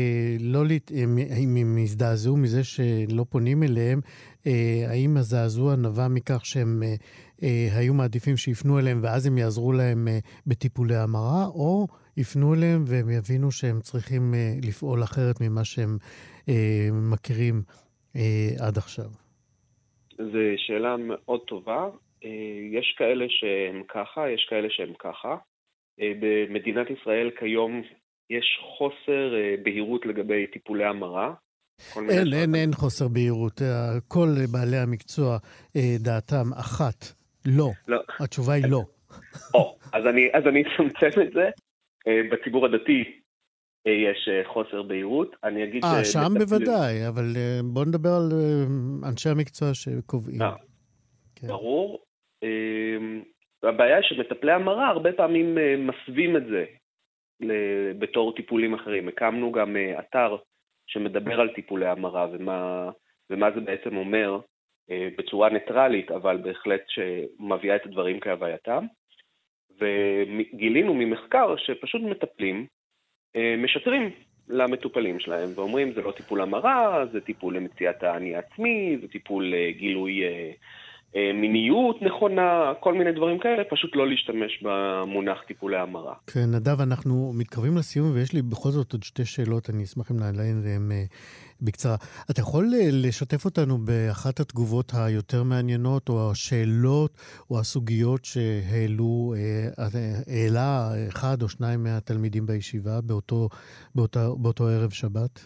הם הזדעזעו מזה שלא פונים אליהם, האם הזעזוע נבע מכך שהם היו מעדיפים שיפנו אליהם ואז הם יעזרו להם בטיפולי המרה, או יפנו אליהם והם יבינו שהם צריכים לפעול אחרת ממה שהם מכירים עד עכשיו? זו שאלה מאוד טובה. יש כאלה שהם ככה, יש כאלה שהם ככה. במדינת ישראל כיום יש חוסר בהירות לגבי טיפולי המרה. אין חוסר בהירות. כל בעלי המקצוע דעתם אחת. לא. התשובה היא לא. אז אני אצמצם את זה. בציבור הדתי יש חוסר בהירות. אני אגיד שם בוודאי, אבל בוא נדבר על אנשי המקצוע שקובעים. ברור. הבעיה היא שמטפלי המרה הרבה פעמים מסווים את זה בתור טיפולים אחרים. הקמנו גם אתר שמדבר על טיפולי המרה ומה זה בעצם אומר בצורה ניטרלית, אבל בהחלט שמביאה את הדברים כהווייתם. וגילינו ממחקר שפשוט מטפלים משקרים למטופלים שלהם ואומרים זה לא טיפול המרה, זה טיפול למציאת האני העצמי, זה טיפול גילוי מיניות נכונה, כל מיני דברים כאלה, פשוט לא להשתמש במונח טיפולי המרה. כן, נדב, אנחנו מתקרבים לסיום, ויש לי בכל זאת עוד שתי שאלות, אני אשמח אם נעלה עליהן בקצרה. אתה יכול לשתף אותנו באחת התגובות היותר מעניינות, או השאלות, או הסוגיות העלה אחד או שניים מהתלמידים בישיבה באותו ערב שבת?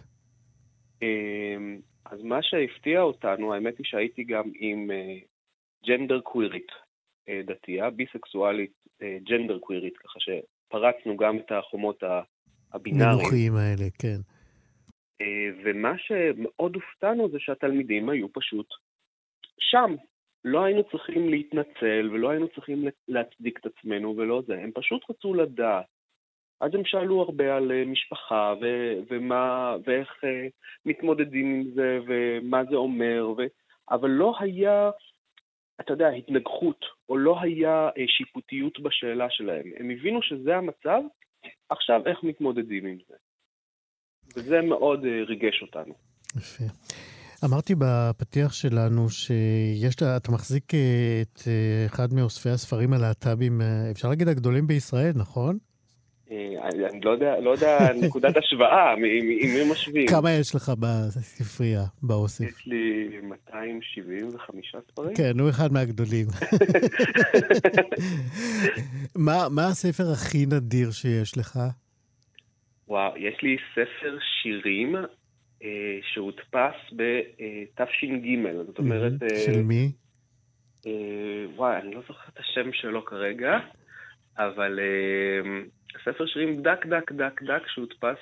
אז מה שהפתיע אותנו, האמת היא שהייתי גם עם ג'נדר קווירית דתייה, ביסקסואלית ג'נדר קווירית, ככה שפרצנו גם את החומות הבינאריים. מנוחים האלה, כן. ומה שמאוד הופתענו זה שהתלמידים היו פשוט שם. לא היינו צריכים להתנצל ולא היינו צריכים להצדיק את עצמנו ולא זה. הם פשוט רצו לדעת. אז הם שאלו הרבה על משפחה ואיך מתמודדים עם זה ומה זה אומר, אבל לא היה, אתה יודע, התנגחות, או לא היה שיפוטיות בשאלה שלהם. הם הבינו שזה המצב, עכשיו איך מתמודדים עם זה. וזה מאוד ריגש אותנו. יפה. אמרתי בפתיח שלנו שאתה מחזיק את אחד מאוספי הספרים הלהט"בים, אפשר להגיד הגדולים בישראל, נכון? אני לא יודע נקודת השוואה, עם מי משווים. כמה יש לך בספרייה, באוסף? יש לי 275 ספרים. כן, הוא אחד מהגדולים. מה הספר הכי נדיר שיש לך? וואו, יש לי ספר שירים שהודפס בתש"ג, זאת אומרת... של מי? וואי, אני לא זוכר את השם שלו כרגע, אבל ספר שירים דק שהודפס,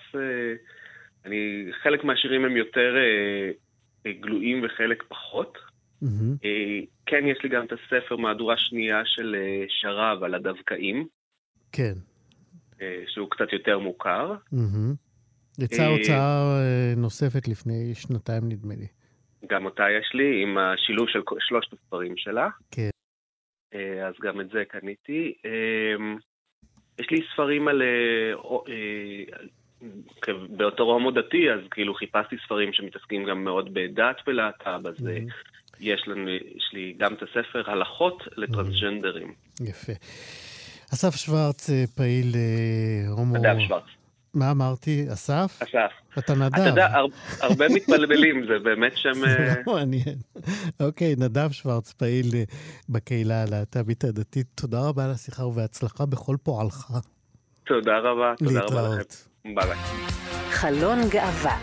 חלק מהשירים הם יותר גלויים וחלק פחות. כן, יש לי גם את הספר מהדורה שנייה של שרב על הדווקאים. כן. שהוא קצת יותר מוכר. יצאה הוצאה נוספת לפני שנתיים נדמה לי. גם אותה יש לי, עם השילוב של שלושת הספרים שלה. כן. אז גם את זה קניתי. יש לי ספרים על... באותו הומו דתי, אז כאילו חיפשתי ספרים שמתעסקים גם מאוד בדת ולהט"ב, אז יש לי גם את הספר הלכות לטרנסג'נדרים. יפה. אסף שוורץ, פעיל הומו... נדב שוורץ. מה אמרתי? אסף? אסף. אתה נדב. אתה יודע, הרבה מתבלבלים, זה באמת שם... זה לא מעניין. אוקיי, נדב שוורץ, פעיל בקהילה הלהט"בית הדתית. תודה רבה על השיחה ובהצלחה בכל פועלך. תודה רבה. תודה רבה לכם. להתראות. ביי. חלון גאווה.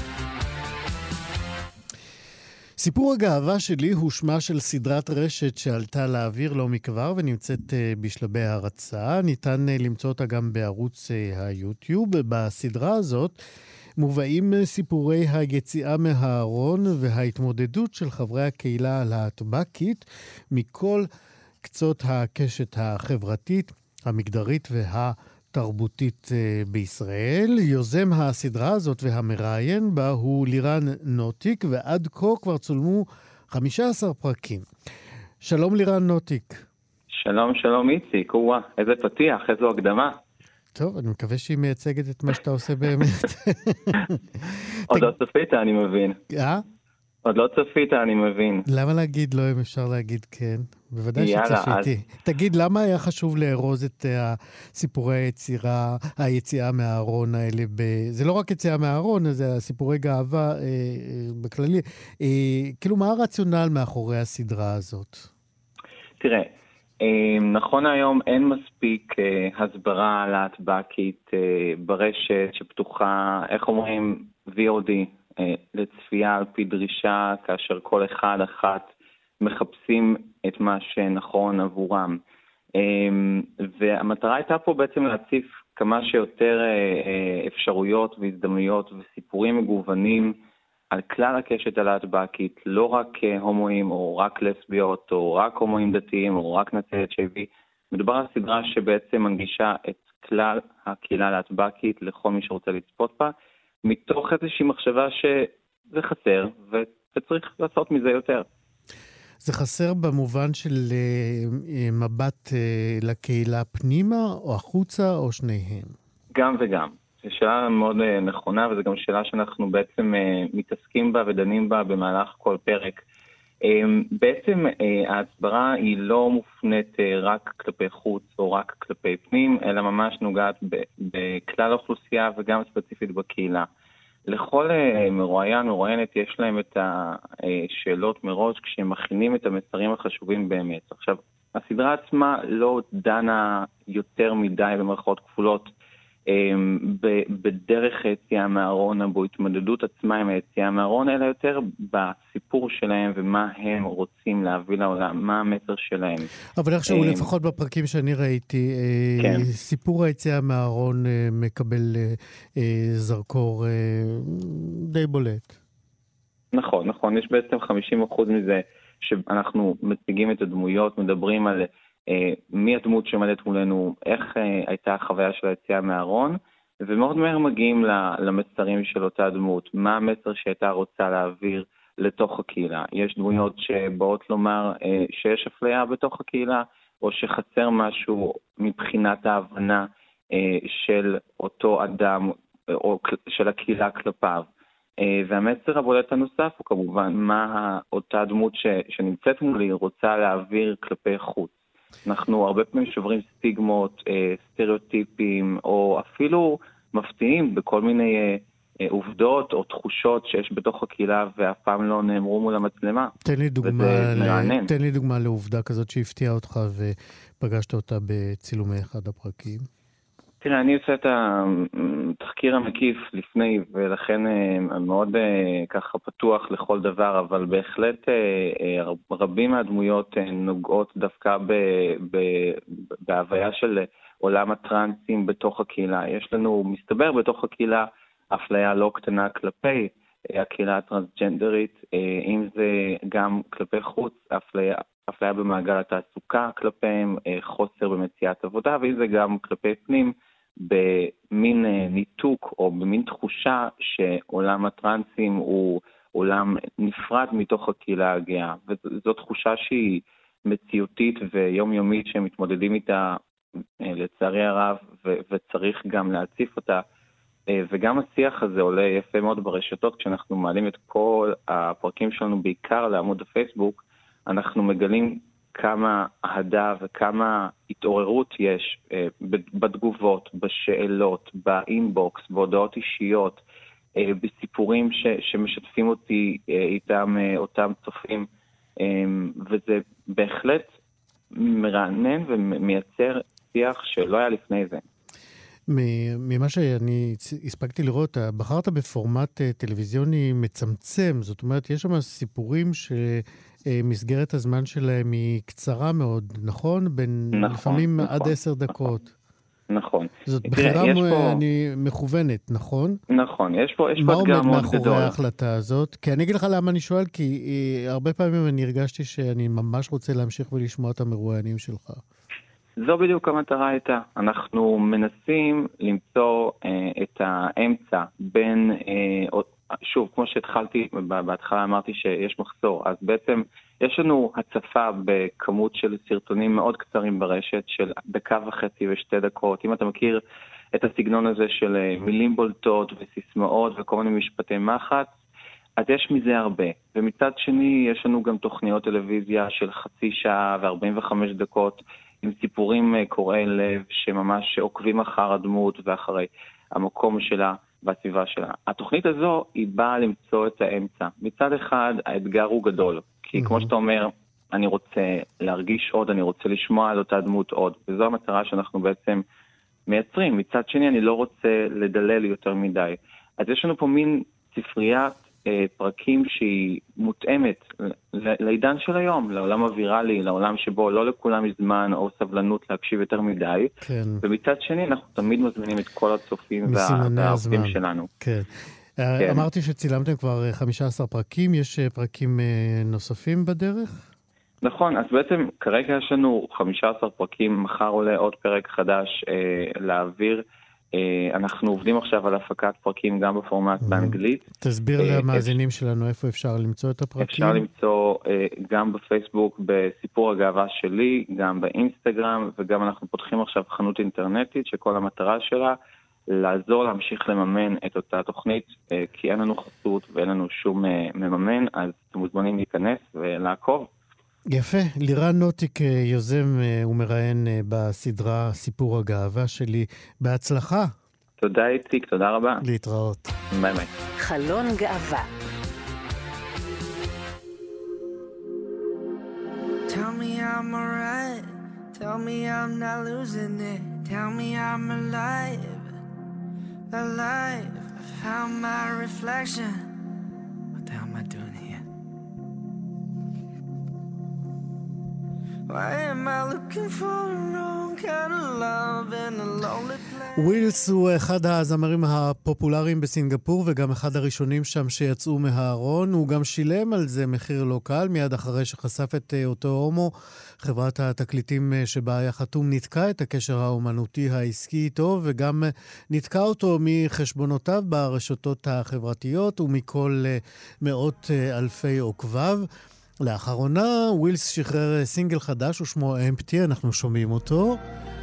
סיפור הגאווה שלי הוא שמה של סדרת רשת שעלתה לאוויר לא מכבר ונמצאת בשלבי הרצה. ניתן למצוא אותה גם בערוץ היוטיוב. בסדרה הזאת מובאים סיפורי היציאה מהארון וההתמודדות של חברי הקהילה הלהט"בקית מכל קצות הקשת החברתית, המגדרית תרבותית בישראל. יוזם הסדרה הזאת והמראיין בה הוא לירן נוטיק, ועד כה כבר צולמו 15 פרקים. שלום לירן נוטיק. שלום איציק, איזה פתיח, איזו הקדמה. טוב, אני מקווה שהיא מייצגת את מה שאתה עושה באמת. עוד לא צפית, אני מבין. עוד לא צפית, אני מבין. למה להגיד לא אם אפשר להגיד כן? בוודאי שצפיתי. תגיד, למה היה חשוב לארוז את סיפורי היציאה מהארון האלה? זה לא רק יציאה מהארון, זה סיפורי גאווה בכללי. כאילו, מה הרציונל מאחורי הסדרה הזאת? תראה, נכון היום אין מספיק הסברה להטבקית ברשת שפתוחה, איך אומרים, VOD, לצפייה על פי דרישה, כאשר כל אחת מחפשים את מה שנכון עבורם. והמטרה הייתה פה בעצם להציף כמה שיותר אפשרויות והזדמנויות וסיפורים מגוונים על כלל הקשת הלהטבקית, לא רק הומואים או רק לסביות או רק הומואים דתיים או רק נצי HIV. מדובר על סדרה שבעצם מנגישה את כלל הקהילה הלהטבקית לכל מי שרוצה לצפות בה, מתוך איזושהי מחשבה שזה חסר וצריך לעשות מזה יותר. זה חסר במובן של מבט לקהילה פנימה או החוצה או שניהם? גם וגם. זו שאלה מאוד נכונה, וזו גם שאלה שאנחנו בעצם מתעסקים בה ודנים בה במהלך כל פרק. בעצם ההסברה היא לא מופנית רק כלפי חוץ או רק כלפי פנים, אלא ממש נוגעת בכלל האוכלוסייה וגם ספציפית בקהילה. לכל מרואיין או מרואיינת יש להם את השאלות מראש כשהם מכינים את המסרים החשובים באמת. עכשיו, הסדרה עצמה לא דנה יותר מדי במרכאות כפולות בדרך היציאה מהארון, או בהתמודדות עצמה עם היציאה מהארון, אלא יותר בסיפור שלהם ומה הם רוצים להביא לעולם, מה המסר שלהם. אבל איכשהו, לפחות בפרקים שאני ראיתי, סיפור היציאה מהארון מקבל זרקור די בולט. נכון, יש בעצם 50% מזה שאנחנו מציגים את הדמויות, מדברים על מי הדמות שעומדת מולנו, איך הייתה החוויה של היציאה מהארון, ומאוד מהר מגיעים למסרים של אותה דמות, מה המסר שהייתה רוצה להעביר לתוך הקהילה. יש דמויות שבאות לומר שיש אפליה בתוך הקהילה, או שחסר משהו מבחינת ההבנה של אותו אדם, או של הקהילה כלפיו. והמסר הבולט הנוסף הוא כמובן מה אותה דמות שנמצאת מולי רוצה להעביר כלפי חוץ. אנחנו הרבה פעמים שוברים סטיגמות, סטריאוטיפים, או אפילו מפתיעים בכל מיני עובדות או תחושות שיש בתוך הקהילה ואף פעם לא נאמרו מול המצלמה. תן לי דוגמה לעובדה כזאת שהפתיעה אותך ופגשת אותה בצילומי אחד הפרקים. תראה, אני עושה את התחקיר המקיף לפני, ולכן מאוד ככה פתוח לכל דבר, אבל בהחלט רבים מהדמויות נוגעות דווקא בהוויה של עולם הטרנסים בתוך הקהילה. יש לנו, מסתבר בתוך הקהילה, אפליה לא קטנה כלפי הקהילה הטרנסג'נדרית, אם זה גם כלפי חוץ, אפליה במעגל התעסוקה כלפיהם, חוסר במציאת עבודה, ואם זה גם כלפי פנים, במין ניתוק או במין תחושה שעולם הטרנסים הוא עולם נפרד מתוך הקהילה הגאה. וזו תחושה שהיא מציאותית ויומיומית שהם מתמודדים איתה לצערי הרב, וצריך גם להציף אותה. וגם השיח הזה עולה יפה מאוד ברשתות, כשאנחנו מעלים את כל הפרקים שלנו בעיקר לעמוד הפייסבוק, אנחנו מגלים כמה אהדה וכמה התעוררות יש בתגובות, בשאלות, באינבוקס, בהודעות אישיות, בסיפורים שמשתפים אותי איתם אותם צופים, וזה בהחלט מרענן ומייצר שיח שלא היה לפני זה. ממה שאני הספקתי לראות, בחרת בפורמט טלוויזיוני מצמצם, זאת אומרת, יש שם סיפורים שמסגרת הזמן שלהם היא קצרה מאוד, נכון? לפעמים עד 10 דקות. נכון. זאת בחירה מכוונת, נכון? נכון, יש פה מה עומד מאחורי ההחלטה הזאת? כי אני אגיד לך למה אני שואל, כי הרבה פעמים אני הרגשתי שאני ממש רוצה להמשיך ולשמוע את המרואיינים שלך. זו בדיוק המטרה הייתה. אנחנו מנסים למצוא את האמצע בין, שוב, כמו שהתחלתי, בהתחלה אמרתי שיש מחסור, אז בעצם יש לנו הצפה בכמות של סרטונים מאוד קצרים ברשת, של 1.5 ו2 דקות. אם אתה מכיר את הסגנון הזה של מילים בולטות וסיסמאות וכל מיני משפטי מחץ, אז יש מזה הרבה. ומצד שני, יש לנו גם תוכניות טלוויזיה של חצי שעה ו45 דקות, עם סיפורים קוראי לב, שממש עוקבים אחר הדמות ואחרי המקום שלה והסביבה שלה. התוכנית הזו היא באה למצוא את האמצע. מצד אחד, האתגר הוא גדול, כי כמו שאתה אומר, אני רוצה להרגיש עוד, אני רוצה לשמוע על אותה דמות עוד, וזו המטרה שאנחנו בעצם מייצרים. מצד שני, אני לא רוצה לדלל יותר מדי. אז יש לנו פה מין ספריית פרקים שהיא מותאמת לעידן של היום, לעולם הוויראלי, לעולם שבו לא לכולם יש זמן או סבלנות להקשיב יותר מדי, כן. ומצד שני אנחנו תמיד מזמינים את כל הצופים והעובדים שלנו. כן. כן. אמרתי שצילמתם כבר 15 פרקים, יש פרקים נוספים בדרך? נכון, אז בעצם כרגע יש לנו 15 פרקים, מחר עולה עוד פרק חדש לאוויר, אנחנו עובדים עכשיו על הפקת פרקים גם בפורמט באנגלית. תסביר למאזינים שלנו איפה אפשר למצוא את הפרקים. אפשר למצוא גם בפייסבוק בסיפור הגאווה שלי, גם באינסטגרם, וגם אנחנו פותחים עכשיו חנות אינטרנטית שכל המטרה שלה לעזור להמשיך לממן את אותה תוכנית, כי אין לנו חסות ואין לנו שום מממן, אז אתם מוזמנים להיכנס ולעקוב. יפה, לירן נוטיק יוזם ומראיין בסדרה סיפור הגאווה שלי. בהצלחה. תודה איציק, תודה רבה. להתראות. ביי ביי. חלון גאווה. Tell me I'm alright, tell me I'm not losing it, tell me I'm alive, alive, I found my reflection. What the hell am I doing here? Why am I looking for the wrong kind of love in a lonely place? ווילס הוא אחד הזמרים הפופולריים בסינגפור וגם אחד הראשונים שם שיצאו מהארון. הוא גם שילם על זה מחיר לא קל מיד אחרי שחשף את אותו הומו. חברת התקליטים שבה היה חתום נתקע את הקשר האומנותי העסקי איתו וגם נתקע אותו מחשבונותיו ברשתות החברתיות ומכל מאות אלפי עוקביו. לאחרונה ווילס שחרר סינגל חדש ושמו אמפטי, אנחנו שומעים אותו.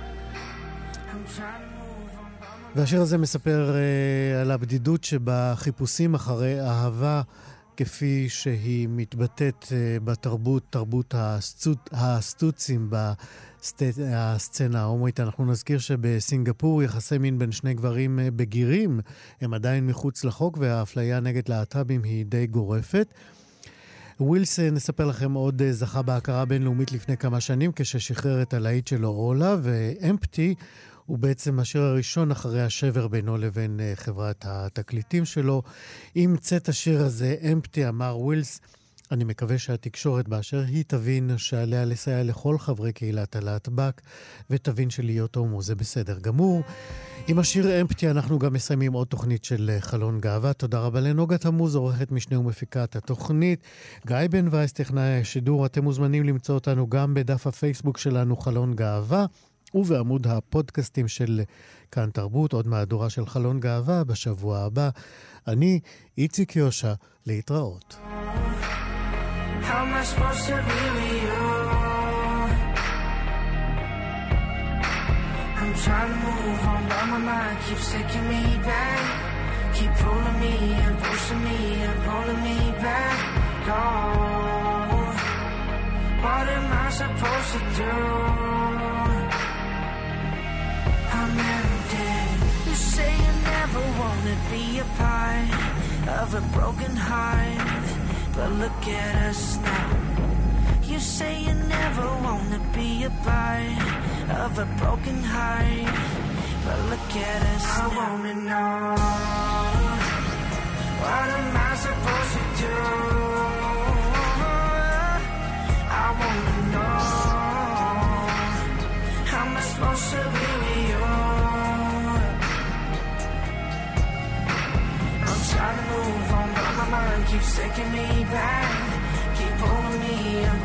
והשיר הזה מספר על הבדידות שבחיפושים אחרי אהבה כפי שהיא מתבטאת בתרבות, תרבות הסטוצים בסצנה ההומואית. אנחנו נזכיר שבסינגפור יחסי מין בין שני גברים בגירים הם עדיין מחוץ לחוק והאפליה נגד להט"בים היא די גורפת. ווילס, נספר לכם עוד, זכה בהכרה בינלאומית לפני כמה שנים כששחרר את הלהיט שלו רולה, ואמפטי הוא בעצם השיר הראשון אחרי השבר בינו לבין חברת התקליטים שלו. עם צאת השיר הזה, אמפטי, אמר ווילס, אני מקווה שהתקשורת באשר היא תבין שעליה לסייע לכל חברי קהילת הלהט"ב ותבין שלהיות הומו זה בסדר גמור. עם השיר אמפטי אנחנו גם מסיימים עוד תוכנית של חלון גאווה. תודה רבה לנוגה תמוז, עורכת משנה ומפיקת התוכנית. גיא בן וייס, טכנאי השידור. אתם מוזמנים למצוא אותנו גם בדף הפייסבוק שלנו חלון גאווה ובעמוד הפודקאסטים של כאן תרבות. עוד מהדורה של חלון גאווה בשבוע הבא. אני איציק יושע, להתראות. How am I supposed to be with you? I'm trying to move on, but my mind keeps taking me back. Keep pulling me and pushing me and pulling me back. Oh, what am I supposed to do? I'm empty. You say you never wanna be a part of a broken heart, but look at us now. You say you never wanna be a part of a broken heart, but look at us now. I wanna know, what am I supposed to do? I wanna know, how am I supposed to be with you? Trying to move on, but my mind keeps taking me back. Keep pulling me